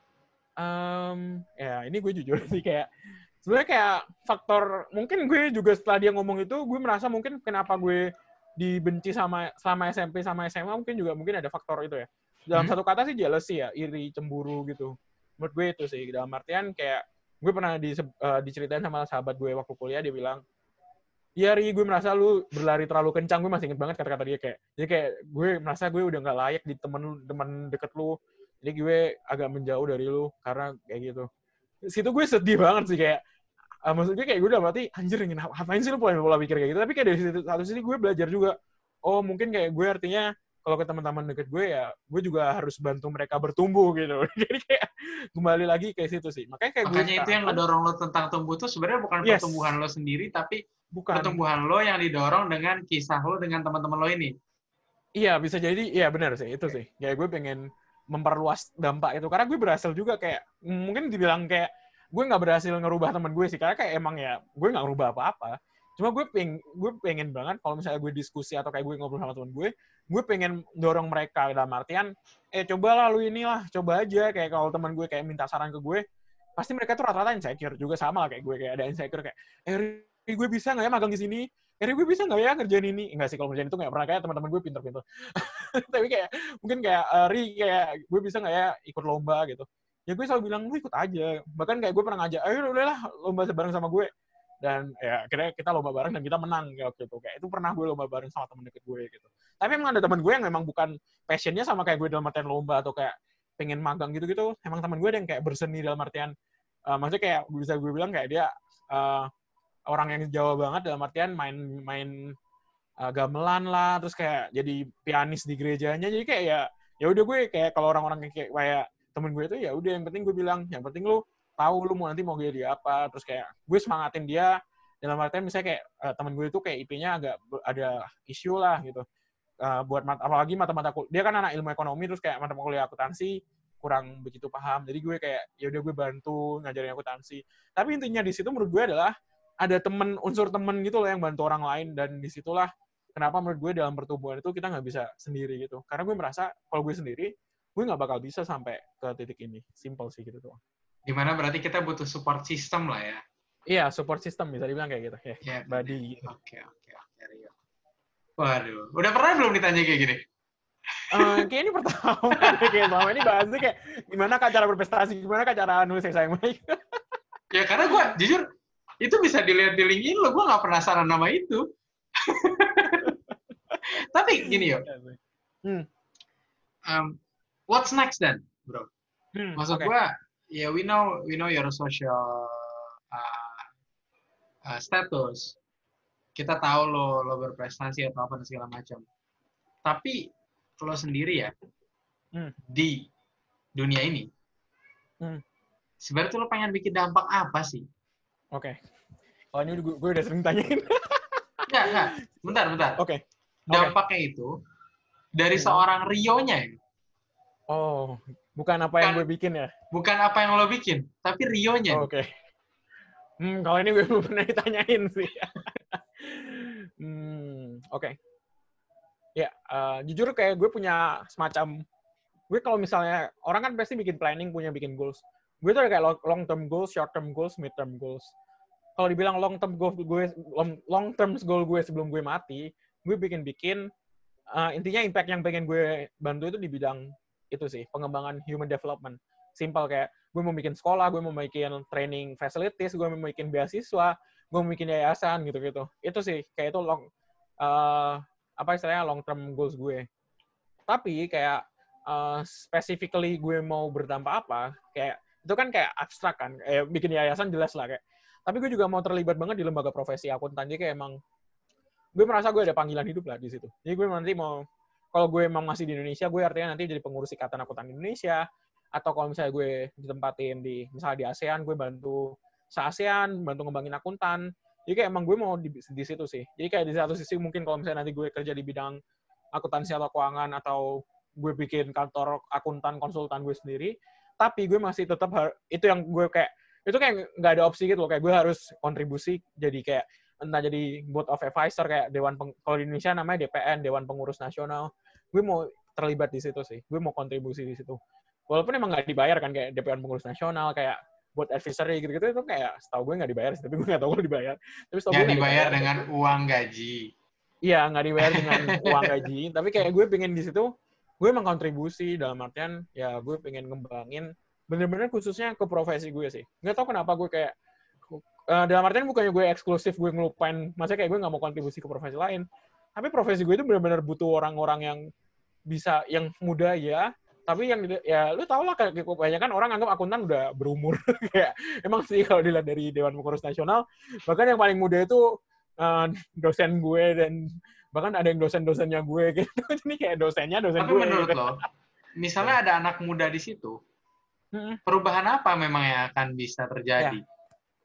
Um, ya ini gue jujur sih kayak sebenarnya kayak faktor mungkin gue juga setelah dia ngomong itu gue merasa mungkin kenapa gue dibenci sama selama S M P sama S M A mungkin juga mungkin ada faktor itu ya. Dalam hmm. satu kata sih jealousy ya, iri, cemburu gitu. Menurut gue itu sih dalam artian kayak gue pernah di, uh, diceritain sama sahabat gue waktu kuliah, dia bilang, "Iya Ri, gue merasa lu berlari terlalu kencang." Gue masih inget banget kata-kata dia kayak, jadi kayak gue merasa gue udah nggak layak di temen temen deket lu. Jadi gue agak menjauh dari lu karena kayak gitu. Situ gue sedih banget sih kayak, uh, maksudnya kayak gue udah berarti anjir ingin ngapain sih lu pola pola pikir kayak gitu. Tapi kayak dari situ, satu sisi gue belajar juga. Oh mungkin kayak gue artinya kalau ke teman-teman deket gue ya gue juga harus bantu mereka bertumbuh gitu. Jadi kayak kembali lagi kayak situ sih. Makanya kayak Makanya gue itu yang ngedorong lo tentang tumbuh tuh sebenarnya bukan yes. pertumbuhan lo sendiri, tapi bukan pertumbuhan lo yang didorong dengan kisah lo dengan teman-teman lo ini. Iya bisa jadi, iya benar sih itu sih. Kayak gue pengen memperluas dampak itu karena gue berhasil juga kayak mungkin dibilang kayak gue nggak berhasil ngerubah teman gue sih karena kayak emang ya gue nggak ngerubah apa-apa. Cuma gue pengen gue pengen banget kalau misalnya gue diskusi atau kayak gue ngobrol sama teman gue, gue pengen dorong mereka dalam artian eh cobalah lu inilah, coba aja kayak kalau teman gue kayak minta saran ke gue, pasti mereka tuh rata-rata insecure juga sama lah kayak gue kayak ada insecure kayak eh gue bisa nggak ya magang di sini? Eh gue bisa nggak ya kerjaan ini? Enggak sih kalau kerjaan itu nggak pernah, kayak teman-teman gue pinter-pinter. Tapi kayak mungkin kayak uh, Ri kayak gue bisa nggak ya ikut lomba gitu? Ya gue selalu bilang lu ikut aja. Bahkan kayak gue pernah ngajak, ayo udah lah lomba bareng sama gue. Dan ya akhirnya kita lomba bareng dan kita menang kayak waktu itu. Kayak itu pernah gue lomba bareng sama teman deket gue gitu. Tapi emang ada teman gue yang memang bukan passionnya sama kayak gue dalam artian lomba atau kayak pengen magang gitu-gitu. Emang teman gue ada yang kayak berseni dalam artian, uh, maksudnya kayak bisa gue bilang kayak dia uh, orang yang Jawa banget dalam artian main-main uh, gamelan lah, terus kayak jadi pianis di gerejanya. Jadi kayak ya ya udah gue kayak kalau orang-orang kayak kayak temen gue itu ya udah yang penting gue bilang yang penting lu tahu lu mau nanti mau jadi apa, terus kayak gue semangatin dia dalam artian misalnya kayak uh, temen gue itu kayak I P-nya agak ada isu lah gitu uh, buat mat apalagi mata-mata dia kan anak ilmu ekonomi, terus kayak mata kuliah akuntansi kurang begitu paham, jadi gue kayak ya udah gue bantu ngajarin akuntansi. Tapi intinya di situ menurut gue adalah ada temen, unsur temen gitu loh yang bantu orang lain, dan disitulah kenapa menurut gue dalam pertumbuhan itu kita nggak bisa sendiri gitu. Karena gue merasa kalau gue sendiri, gue nggak bakal bisa sampai ke titik ini. Simple sih gitu doang. Dimana berarti kita butuh support system lah ya? Iya, support system bisa dibilang kayak gitu. Ya, yeah, buddy. Oke, oke, oke, Rio. Waduh, udah pernah belum ditanya kayak gini? Uh, kayak ini pertama kayak selama ini bahasnya kayak gimana kak cara berprestasi, gimana kak cara nulis esai yang baik. Ya karena gue jujur itu bisa dilihat di LinkedIn lo, gue nggak penasaran nama itu. Tapi gini yo, hmm. um, what's next then, bro? Hmm, Maksud okay. gue, ya we know we know your social uh, uh, status. Kita tahu lo lo berprestasi atau apa dan segala macam. Tapi lo sendiri ya hmm. di dunia ini, hmm. sebenarnya tuh lo pengen bikin dampak apa sih? Oke. Okay. Oh ini gue, gue udah sering tanyain. Enggak, enggak. Bentar, bentar. Oke. Okay. Dampaknya okay. itu dari hmm. seorang Rio-nya ya. Oh, bukan apa bukan, yang gue bikin ya? Bukan apa yang lo bikin, tapi Rio-nya. Oh, Oke. Okay. Hmm, kalau ini gue belum pernah ditanyain sih. hmm, oke. Okay. Ya, uh, jujur kayak gue punya semacam, gue kalau misalnya, orang kan pasti bikin planning, punya bikin goals. Gue tuh ada kayak long term goals, short term goals, mid term goals. Kalau dibilang long term goal gue, long term goal gue sebelum gue mati, gue bikin-bikin, uh, intinya impact yang pengen gue bantu itu di bidang itu sih, pengembangan human development. Simple kayak, gue mau bikin sekolah, gue mau bikin training facilities, gue mau bikin beasiswa, gue mau bikin yayasan, gitu-gitu. Itu sih, kayak itu long, uh, apa istilahnya long term goals gue. Tapi kayak, uh, specifically gue mau berdampak apa, kayak, itu kan kayak abstrak kan, kayak bikin yayasan jelas lah kayak. Tapi gue juga mau terlibat banget di lembaga profesi akuntan, jadi kayak emang, gue merasa gue ada panggilan hidup lah di situ. Jadi gue nanti mau, kalau gue emang masih di Indonesia, gue artinya nanti jadi pengurus Ikatan Akuntan Indonesia, atau kalau misalnya gue ditempatin di, misalnya di ASEAN, gue bantu se-ASEAN, bantu ngembangin akuntan. Jadi kayak emang gue mau di, di situ sih. Jadi kayak di satu sisi mungkin kalau misalnya nanti gue kerja di bidang akuntansi atau keuangan, atau gue bikin kantor akuntan konsultan gue sendiri, tapi gue masih tetap, itu yang gue kayak, itu kayak nggak ada opsi gitu loh, kayak gue harus kontribusi jadi kayak entah jadi board of advisor kayak dewan peng, kalau di Indonesia namanya D P N, Dewan Pengurus Nasional. Gue mau terlibat di situ sih, gue mau kontribusi di situ. Walaupun emang nggak dibayar kan kayak Dewan Pengurus Nasional, kayak board advisory gitu-gitu itu kayak setahu gue nggak dibayar sih, tapi gue nggak tahu kalau dibayar. Tapi setahu gue nggak dibayar dibayar dengan gitu. Uang gaji. Iya, nggak dibayar dengan uang gaji. Tapi kayak gue pengen di situ, gue emang kontribusi dalam artian ya gue pengen ngembangin bener-bener khususnya ke profesi gue sih. Nggak tahu kenapa gue kayak, uh, dalam artian bukannya gue eksklusif, gue ngelupain, maksudnya kayak gue nggak mau kontribusi ke profesi lain. Tapi profesi gue itu bener-bener butuh orang-orang yang bisa, yang muda ya, tapi yang, ya lu tau lah, kayak kebanyakan orang anggap akuntan udah berumur. Kayak, emang sih kalau dilihat dari Dewan Pengurus Nasional, bahkan yang paling muda itu uh, dosen gue, dan bahkan ada yang dosen-dosennya gue gitu. Ini kayak dosennya, dosen tapi gue. Tapi menurut gitu. lo, misalnya ada anak muda di situ, perubahan apa memang yang akan bisa terjadi? Ya.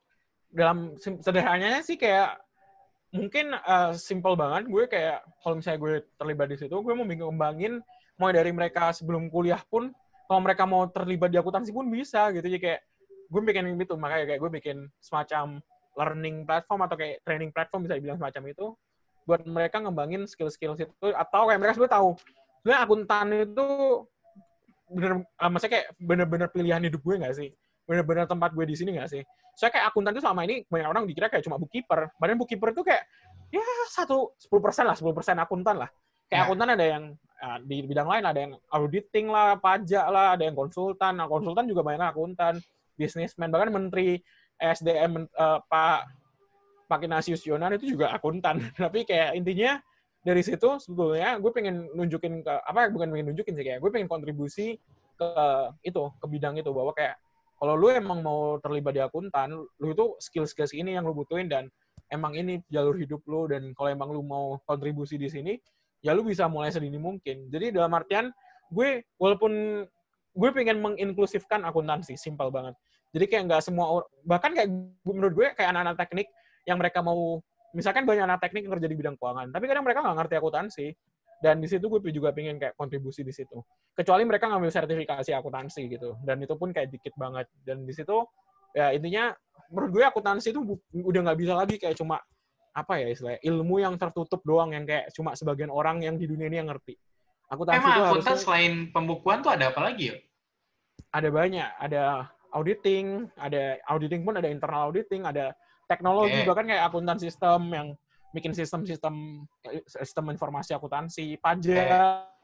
Dalam sederhananya sih kayak mungkin uh, simple banget. Gue kayak kalau misalnya gue terlibat di situ, gue mau ngembangin mulai dari mereka sebelum kuliah pun, kalau mereka mau terlibat di akuntansi pun bisa gitu. Jadi kayak gue bikin gitu, makanya kayak gue bikin semacam learning platform atau kayak training platform bisa dibilang semacam itu buat mereka ngembangin skill-skill itu, atau kayak mereka sebenarnya tahu sebenarnya akuntan itu bener, uh, maksudnya kayak bener-bener pilihan hidup gue nggak sih? Bener-bener tempat gue di sini nggak sih? Soalnya kayak akuntan itu selama ini banyak orang dikira kayak cuma bookkeeper. Padahal bookkeeper itu kayak ya satu sepuluh persen lah, sepuluh persen akuntan lah. Kayak ya. Akuntan ada yang uh, di bidang lain, ada yang auditing lah, pajak lah, ada yang konsultan. Nah, konsultan juga banyak akuntan, businessman, bahkan menteri S D M uh, Pak Pak Ignatius Jonan itu juga akuntan. Tapi kayak intinya dari situ sebetulnya gue pengen nunjukin ke apa bukan pengen nunjukin sih kayak gue pengen kontribusi ke itu ke bidang itu bahwa kayak kalau lu emang mau terlibat di akuntan, lu itu skill-skill ini yang lu butuhin dan emang ini jalur hidup lu, dan kalau emang lu mau kontribusi di sini ya lu bisa mulai sedini mungkin. Jadi dalam artian gue walaupun gue pengen menginklusifkan akuntansi, simpel banget. Jadi kayak nggak semua bahkan kayak menurut gue kayak anak-anak teknik yang mereka mau misalkan banyak anak teknik yang kerja di bidang keuangan, tapi kadang mereka nggak ngerti akuntansi. Dan di situ gue juga pengen kayak kontribusi di situ. Kecuali mereka ngambil sertifikasi akuntansi gitu. Dan itu pun kayak dikit banget. Dan di situ, ya intinya, menurut gue akuntansi itu udah nggak bisa lagi kayak cuma, apa ya istilahnya, ilmu yang tertutup doang, yang kayak cuma sebagian orang yang di dunia ini yang ngerti. Akuntansi Emang itu akuntan harusnya, selain pembukuan tuh ada apa lagi ya? Ada banyak. Ada auditing, ada auditing pun ada internal auditing, ada teknologi, okay. Bahkan kayak akuntan sistem yang bikin sistem-sistem sistem informasi akuntansi, pajak, okay.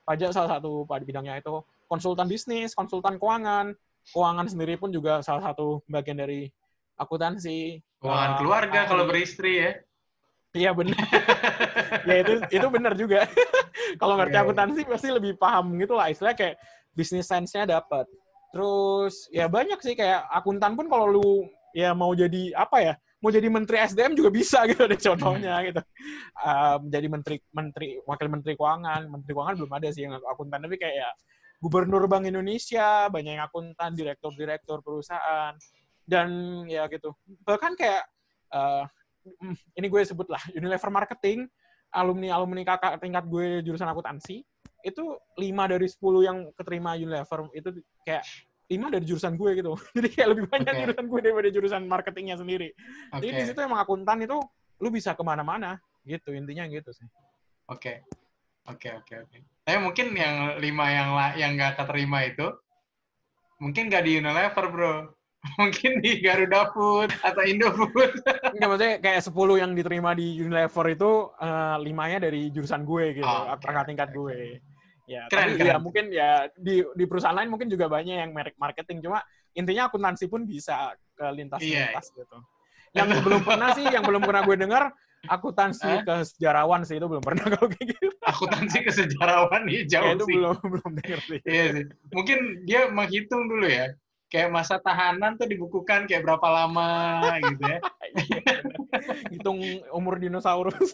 pajak salah satu bidangnya itu, konsultan bisnis, konsultan keuangan, keuangan sendiri pun juga salah satu bagian dari akuntansi. Keuangan uh, keluarga ahli. kalau beristri ya. Iya benar. Ya itu itu benar juga. Kalau ngerti Yeah. akuntansi pasti lebih paham gitu lah, istilahnya kayak bisnis sense-nya dapat. Terus ya banyak sih kayak akuntan pun kalau lu ya mau jadi apa ya, mau jadi menteri S D M juga bisa gitu ada contohnya hmm. gitu. Uh, jadi menteri menteri wakil menteri keuangan, menteri keuangan belum ada sih yang akuntan, tapi kayak ya, gubernur Bank Indonesia banyak yang akuntan, direktur-direktur perusahaan dan ya gitu. Bahkan kayak uh, ini gue sebut lah Unilever Marketing, alumni-alumni kakak tingkat gue jurusan akuntansi, itu lima dari sepuluh yang keterima Unilever itu kayak lima dari jurusan gue gitu. Jadi kayak lebih banyak okay. jurusan gue daripada jurusan marketingnya sendiri. Okay. Jadi di situ emang akuntan itu lu bisa kemana-mana gitu, intinya gitu sih. Oke, okay. oke, okay, oke, okay, oke. Okay. Tapi mungkin yang lima yang yang nggak keterima itu mungkin nggak di Unilever bro. Mungkin di Garuda Food atau Indofood. Nggak, maksudnya kayak sepuluh yang diterima di Unilever itu uh, limanya dari jurusan gue gitu, oh, okay, kakak tingkat okay. gue. Ya, keren, tapi keren. Ya mungkin ya di di perusahaan lain mungkin juga banyak yang merek marketing, cuma intinya akuntansi pun bisa ke lintas-lintas yeah. gitu. Yang belum pernah sih, yang belum pernah gue dengar akuntansi ke sejarawan sih, itu belum pernah kalau kayak gitu. Akuntansi ke sejarawan nih jauh ya, itu sih. belum belum dengar sih. Iya sih. Mungkin dia menghitung dulu ya. Kayak masa tahanan tuh dibukukan kayak berapa lama gitu ya. Hitung umur dinosaurus.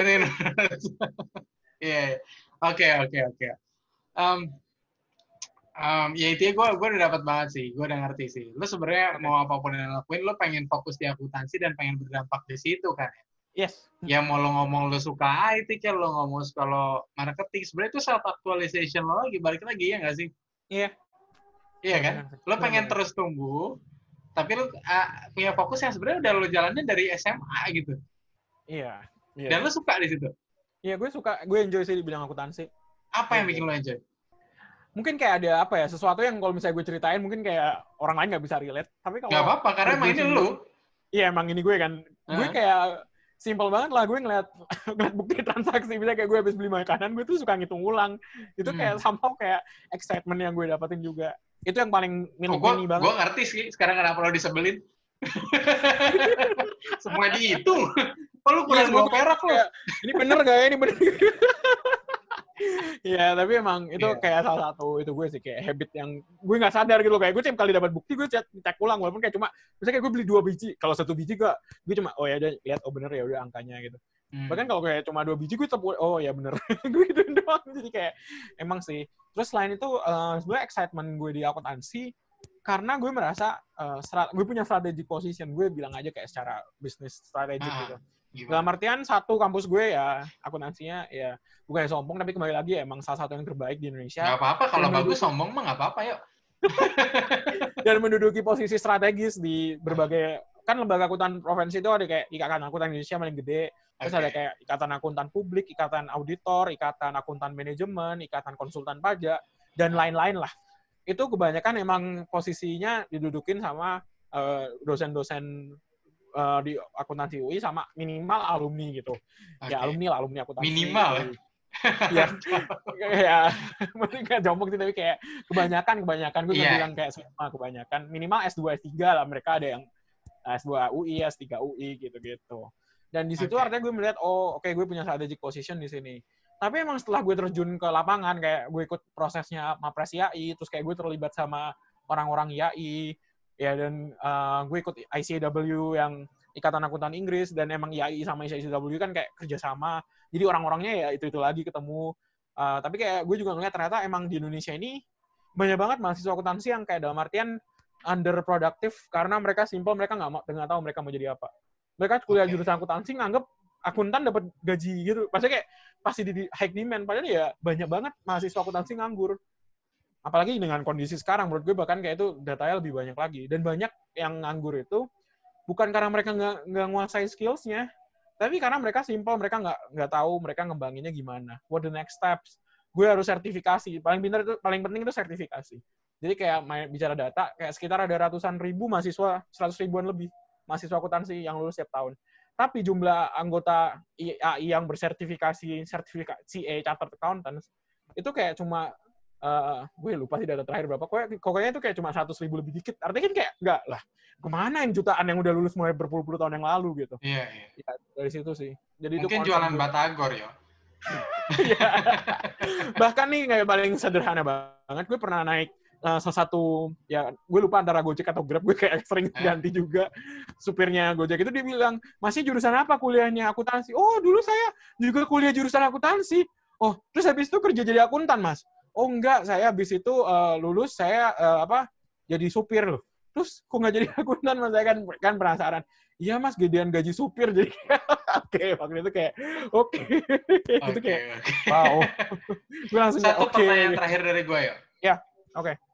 Iya. Oke, oke, oke. Um, um, ya itu ya gue gue udah dapat banget sih. Gue udah ngerti sih. Lo sebenarnya okay. mau apapun yang lo lakuin, lo pengen fokus di akuntansi dan pengen berdampak di situ kan. Yes. Ya mau lo ngomong lo suka I T, kayak lo ngomong suka lo marketing, sebenarnya itu self actualization lo lagi, balik lagi ya nggak sih? Iya. Yeah. Iya kan? Lo pengen terus tumbuh, tapi lo uh, punya fokus yang sebenarnya udah lo jalannya dari S M A gitu. Iya. iya. Dan lo suka di situ? Iya, gue suka. Gue enjoy sih di bidang akuntansi. Apa yang bikin lo enjoy? Mungkin kayak ada apa ya, sesuatu yang kalau misalnya gue ceritain mungkin kayak orang lain nggak bisa relate. Tapi kalau nggak apa-apa, karena emang ini lo. Iya, emang ini gue kan. Uh-huh. Gue kayak simple banget lah, gue ngeliat, ngeliat bukti transaksi, misalnya kayak gue habis beli makanan, gue tuh suka ngitung ulang. Itu kayak hmm. somehow kayak excitement yang gue dapetin juga. Itu yang paling mini, oh, gua, mini banget. Gue ngerti sih, sekarang kenapa lo disebelin. Semua dihitung. Oh, lu kurang dua perak lo. Ini bener gak ya? Ini bener. Ya, tapi emang itu yeah. kayak salah satu itu gue sih kayak habit yang gue nggak sadar gitu. Kayak gue tiap kali dapat bukti gue cek, cek ulang walaupun kayak cuma misalnya kayak gue beli dua biji, kalau satu biji gue gue cuma oh ya udah lihat oh bener ya udah angkanya gitu. Hmm. Bahkan kalau kayak cuma dua biji gue tetap oh ya bener. Gue gitu doang. Jadi kayak emang sih. Terus selain itu uh, sebenarnya excitement gue di akuntansi karena gue merasa uh, strat- gue punya strategic position, gue bilang aja kayak secara bisnis strategik ah. gitu. Dalam artian satu kampus gue ya akuntansinya ya bukan sombong tapi kembali lagi ya, emang salah satu yang terbaik di Indonesia. Gak apa-apa kalau bagus sombong mah gak apa-apa yuk. Dan menduduki posisi strategis di berbagai kan lembaga akuntan provinsi itu ada kayak Ikatan Akuntan Indonesia paling gede, terus okay. ada kayak Ikatan Akuntan Publik, Ikatan Auditor, Ikatan Akuntan Manajemen, Ikatan Konsultan Pajak dan lain-lain lah. Itu kebanyakan emang posisinya didudukin sama uh, dosen-dosen Uh, di akuntansi U I sama minimal alumni gitu. Okay. Ya alumni lah, alumni akuntansi. Minimal ya? Ya, mungkin nggak jompong sih, tapi kayak kebanyakan, kebanyakan. Gue yeah. bilang kayak semua kebanyakan. Minimal S dua, S tiga lah. Mereka ada yang S dua U I, S tiga U I gitu-gitu. Dan di situ okay. artinya gue melihat, oh oke okay, gue punya strategic position di sini. Tapi emang setelah gue terjun ke lapangan, kayak gue ikut prosesnya Mapres I A I, terus kayak gue terlibat sama orang-orang I A I, ya dan uh, gue ikut I C A W yang Ikatan Akuntan Inggris, dan emang I A I sama I C A W kan kayak kerjasama, jadi orang-orangnya ya itu-itu lagi ketemu. Uh, tapi kayak gue juga ngeliat ternyata emang di Indonesia ini banyak banget mahasiswa akuntansi yang kayak dalam artian underproductive karena mereka simple, mereka nggak nggak tahu mereka mau jadi apa. Mereka kuliah okay. jurusan akuntansi nganggep akuntan dapat gaji gitu, pasti kayak pasti di high demand, padahal ya banyak banget mahasiswa akuntansi nganggur. Apalagi dengan kondisi sekarang, menurut gue bahkan kayak itu datanya lebih banyak lagi. Dan banyak yang nganggur itu bukan karena mereka nggak nggak nguasai skills-nya, tapi karena mereka simple, mereka nggak nggak tahu mereka ngembanginnya gimana. What the next steps? Gue harus sertifikasi. Paling pintar itu, paling penting itu sertifikasi. Jadi kayak main, bicara data, kayak sekitar ada ratusan ribu mahasiswa, seratus ribuan lebih mahasiswa akuntansi yang lulus setiap tahun. Tapi jumlah anggota I A I yang bersertifikasi sertifikasi C A Chartered Accountants itu kayak cuma uh, gue lupa sih data terakhir berapa. Pokoknya, pokoknya itu kayak cuma seratus ribu lebih dikit. Artinya kan kayak enggak lah. Kemana yang jutaan yang udah lulus mulai berpuluh-puluh tahun yang lalu gitu. Iya, iya. Ya, dari situ sih. Jadi mungkin itu jualan gue. batagor ya. Bahkan nih kayak paling sederhana banget, gue pernah naik uh, salah satu, ya gue lupa antara Gojek atau Grab, gue kayak sering eh? ganti juga. Supirnya Gojek itu dia bilang, masih jurusan apa kuliahnya? Akuntansi. Oh, dulu saya juga kuliah jurusan akuntansi. Oh, terus habis itu kerja jadi akuntan, Mas? Oh, enggak, saya habis itu uh, lulus, saya uh, apa jadi supir loh. Terus kok nggak jadi akuntan, Mas? Saya kan, kan penasaran. Iya, Mas, gedean gaji supir. Jadi oke, okay, waktu itu kayak oke. Okay. Okay, itu kayak okay. wow. Gue langsung Satu okay. pertanyaan terakhir dari gue, ya. Ya, oke. Okay.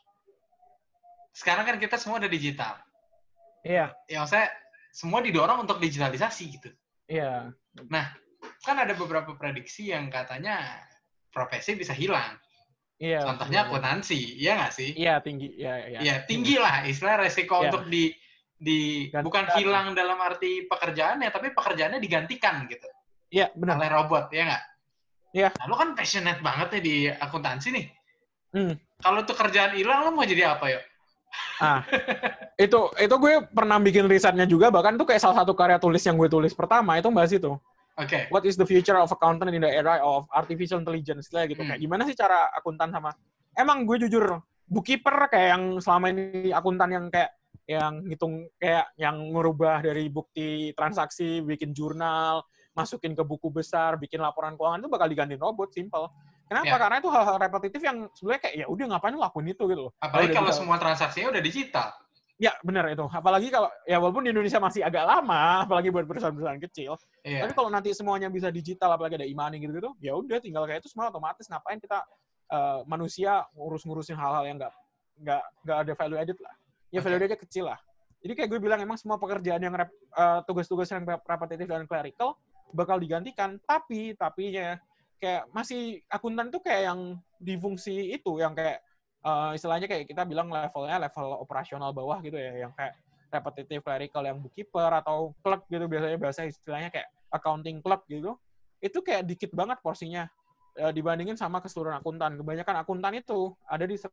Sekarang kan kita semua udah digital. Iya. Yeah. Yang saya semua didorong untuk digitalisasi gitu. Iya. Yeah. Nah, kan ada beberapa prediksi yang katanya profesi bisa hilang. Iya. Contohnya akuntansi, iya nggak sih? Iya, tinggi. Iya, iya. Iya, tinggi lah istilah resiko ya. untuk di di gantikan. Bukan hilang dalam arti pekerjaannya, tapi pekerjaannya digantikan gitu. Iya, benar. Oleh robot, ya nggak? Iya. Nah, lo kan passionate banget nih di akuntansi nih. Hmm. Kalau tuh kerjaan hilang, lo mau jadi apa, yuk? Ah, itu itu gue pernah bikin risetnya juga, bahkan tuh kayak salah satu karya tulis yang gue tulis pertama itu bahas itu. Oke. Okay. What is the future of accountant in the era of artificial intelligence? Lah gitu. Hmm. Kayak gimana sih cara akuntan sama? Emang gue jujur, bookkeeper kayak yang selama ini akuntan yang kayak yang ngitung kayak yang ngerubah dari bukti transaksi, bikin jurnal, masukin ke buku besar, bikin laporan keuangan itu bakal digantiin robot, simple. Kenapa? Ya. Karena itu hal-hal repetitif yang sebenarnya kayak ya udah ngapain lu lakuin itu gitu loh. Apalagi kalau bisa, semua transaksinya udah digital. Ya benar itu. Apalagi kalau ya walaupun di Indonesia masih agak lama, apalagi buat perusahaan-perusahaan kecil. Ya. Tapi kalau nanti semuanya bisa digital, apalagi ada e-money gitu-gitu, ya udah tinggal kayak itu semua otomatis. Ngapain kita uh, manusia ngurus-ngurusin hal-hal yang nggak nggak nggak ada value added lah. Ya value added-nya kecil lah. Jadi kayak gue bilang emang semua pekerjaan yang rep, uh, tugas-tugas yang repetitif dan clerical bakal digantikan. Tapi tapinya kayak masih akuntan tuh kayak yang di fungsi itu yang kayak uh, istilahnya kayak kita bilang levelnya level operasional bawah gitu ya, yang kayak repetitive clerical yang bookkeeper atau clerk gitu biasanya bahasa istilahnya kayak accounting clerk gitu. Itu kayak dikit banget porsinya uh, dibandingin sama keseluruhan akuntan. Kebanyakan akuntan itu ada di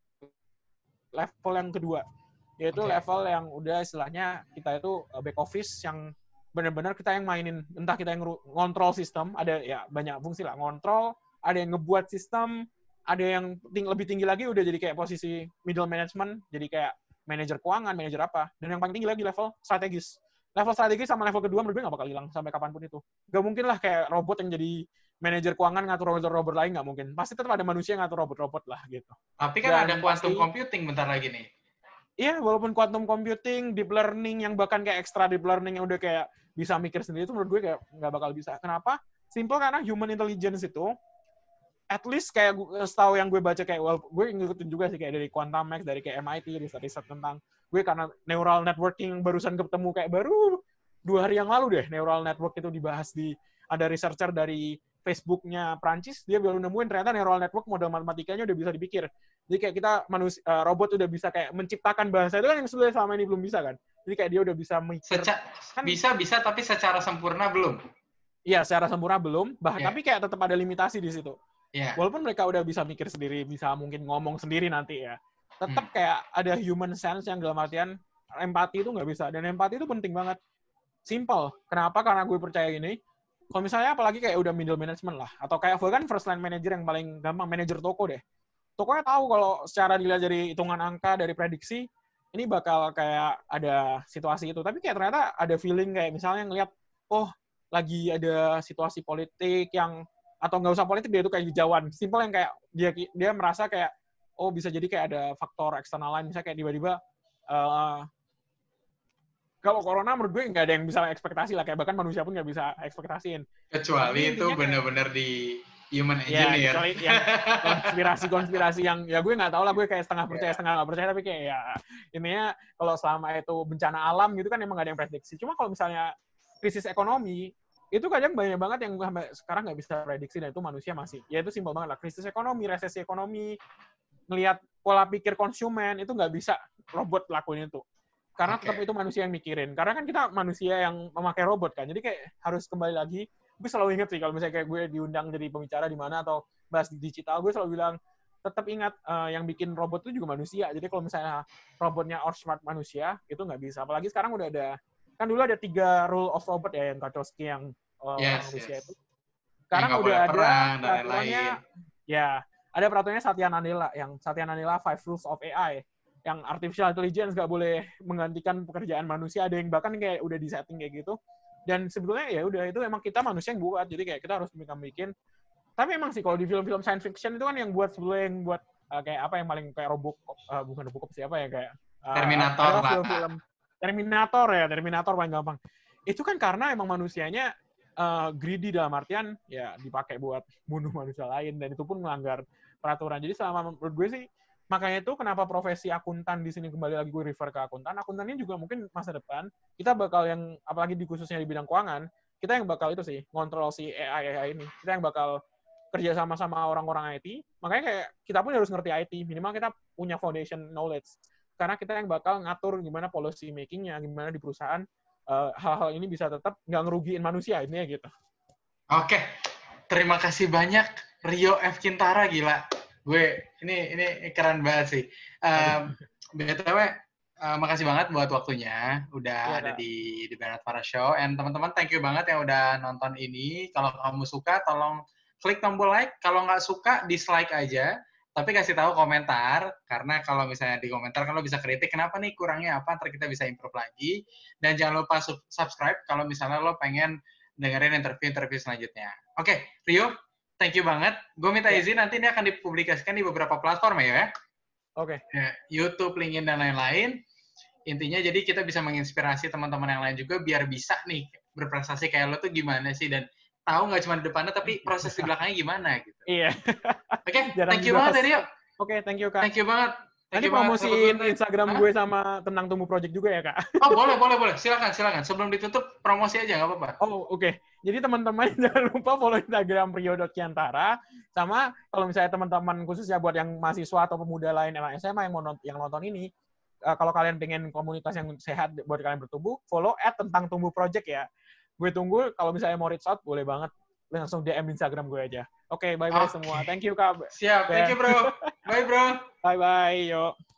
level yang kedua, yaitu okay. level yang udah istilahnya kita itu back office yang benar-benar kita yang mainin, entah kita yang ngontrol sistem, ada ya banyak fungsi lah, ngontrol, ada yang ngebuat sistem, ada yang ting- lebih tinggi lagi udah jadi kayak posisi middle management, jadi kayak manajer keuangan, manajer apa, dan yang paling tinggi lagi level strategis. Level strategis sama level kedua menurut gue nggak bakal hilang sampai kapanpun itu. Gak mungkin lah kayak robot yang jadi manajer keuangan ngatur robot-robot lain, nggak mungkin. Pasti tetap ada manusia yang ngatur robot-robot lah gitu. Tapi kan dan ada quantum pasti, computing bentar lagi nih. Iya, walaupun quantum computing, deep learning yang bahkan kayak extra deep learning yang udah kayak bisa mikir sendiri itu menurut gue kayak nggak bakal bisa. Kenapa? Simple karena human intelligence itu, at least kayak setahu yang gue baca kayak, well, gue ngikutin juga sih kayak dari Quantum Max, dari kayak M I T, riset-riset tentang gue karena neural networking yang barusan ketemu kayak baru dua hari yang lalu deh, neural network itu dibahas di, ada researcher dari Facebook-nya Prancis, dia baru nemuin ternyata neural network model matematikanya udah bisa dipikir. Jadi kayak kita manusia, uh, robot udah bisa kayak menciptakan bahasa itu kan yang sebenarnya selama ini belum bisa kan. Jadi kayak dia udah bisa mikir. Seca- kan, bisa bisa tapi secara sempurna belum. Iya, secara sempurna belum. Bah, yeah. Tapi kayak tetap ada limitasi di situ. Yeah. Walaupun mereka udah bisa mikir sendiri, bisa mungkin ngomong sendiri nanti ya. Tetap hmm. kayak ada human sense yang dalam artian empati itu nggak bisa. Dan empati itu penting banget. Simple. Kenapa? Karena gue percaya ini. Kalau misalnya apalagi kayak udah middle management lah. Atau kayak kan first line manager yang paling gampang. Manager toko deh. Tokonya tahu kalau secara dilihat dari hitungan angka, dari prediksi, ini bakal kayak ada situasi itu. Tapi kayak ternyata ada feeling kayak misalnya ngelihat, oh lagi ada situasi politik yang, atau nggak usah politik, dia itu kayak hijauan. Simple yang kayak dia dia merasa kayak, oh bisa jadi kayak ada faktor eksternal lain. Misalnya kayak tiba-tiba, uh, kalau corona menurut gue nggak ada yang bisa ekspektasi lah. Kayak bahkan manusia pun nggak bisa ekspektasiin. Kecuali itu benar-benar di human engineer. Ya, yang konspirasi-konspirasi yang ya gue nggak tahu lah, gue kayak setengah percaya yeah. setengah nggak percaya, tapi kayak ya intinya kalau selama itu bencana alam gitu kan emang nggak ada yang prediksi. Cuma kalau misalnya krisis ekonomi itu kadang banyak banget yang sampai sekarang nggak bisa prediksi, dan itu manusia masih ya itu simpel banget lah. Krisis ekonomi, resesi ekonomi, ngelihat pola pikir konsumen itu nggak bisa robot lakuin itu. Karena okay. tetap itu manusia yang mikirin. Karena kan kita manusia yang memakai robot kan. Jadi kayak harus kembali lagi gue selalu inget sih kalau misalnya kayak gue diundang jadi pembicara di mana atau bahas di digital, gue selalu bilang tetap ingat uh, yang bikin robot itu juga manusia. Jadi kalau misalnya robotnya outsmart manusia, itu nggak bisa. Apalagi sekarang udah ada, kan dulu ada tiga rule of robot ya, yang Kachowski yang uh, yes, manusia yes. itu. Sekarang yang udah ada peraturannya, ya ada peraturannya Satya Nadella, yang Satya Nadella Five Rules of A I, yang artificial intelligence nggak boleh menggantikan pekerjaan manusia. Ada yang bahkan kayak udah disetting kayak gitu. Dan sebetulnya ya udah itu emang kita manusia yang buat. Jadi kayak kita harus bikin. Tapi emang sih kalau di film-film science fiction itu kan yang buat sebelumnya yang buat uh, kayak apa yang paling kayak Robocop, uh, bukan Robocop siapa ya kayak uh, Terminator lah. Film-film Terminator ya, Terminator paling gampang. Itu kan karena emang manusianya uh, greedy dalam artian ya dipakai buat bunuh manusia lain dan itu pun melanggar peraturan. Jadi selama menurut gue sih makanya itu kenapa profesi akuntan di sini kembali lagi gue refer ke akuntan. Akuntan ini juga mungkin masa depan kita bakal yang apalagi di khususnya di bidang keuangan, kita yang bakal itu sih ngontrol si A I A I ini. Kita yang bakal kerja sama-sama orang-orang I T, makanya kayak kita pun harus ngerti I T, minimal kita punya foundation knowledge, karena kita yang bakal ngatur gimana policy making-nya, gimana di perusahaan uh, hal-hal ini bisa tetap nggak ngerugiin manusia, intinya gitu. Oke, terima kasih banyak Rio F. Kintara, gila. Gue, ini ini keren banget sih. Um, B T W, uh, makasih banget buat waktunya, udah ya, ada di, di Bernhard Farah Show, and teman-teman thank you banget yang udah nonton ini. Kalau kamu suka, tolong klik tombol like, kalau nggak suka, dislike aja. Tapi kasih tahu komentar, karena kalau misalnya di komentar, kan lo bisa kritik, kenapa nih kurangnya apa, ntar kita bisa improve lagi. Dan jangan lupa subscribe kalau misalnya lo pengen dengerin interview-interview selanjutnya. Oke, Rio, thank you banget. Gue minta izin, nanti ini akan dipublikasikan di beberapa platform ya. Oke. Ya, YouTube, LinkedIn, dan lain-lain. Intinya jadi kita bisa menginspirasi teman-teman yang lain juga, biar bisa nih berprestasi kayak lo tuh gimana sih, dan tahu nggak cuma di depannya, tapi proses di belakangnya gimana gitu. Iya. Oke, okay, thank you banget, Rio. Oke, okay, thank you, Kak. Thank you banget. Thank Nanti you promosiin banget. Instagram Hah? gue sama Tentang Tumbuh Project juga ya, Kak? Oh, boleh, boleh, boleh. Silakan, silakan. Sebelum ditutup, promosi aja, nggak apa-apa. Oh, oke. Okay. Jadi teman-teman jangan lupa follow Instagram rio dot kiantara. Sama kalau misalnya teman-teman khususnya buat yang mahasiswa atau pemuda lain yang S M A yang mau nonton, yang nonton ini, uh, kalau kalian pengen komunitas yang sehat buat kalian bertumbuh, follow at Tentang Tumbuh Project ya. Gue tunggu, kalau misalnya mau reach out, boleh banget. Langsung D M Instagram gue aja. Oke, okay, bye-bye okay. semua. Thank you, Kak. Siap. Thank you, bro. Bye, bro. Bye-bye. Yo.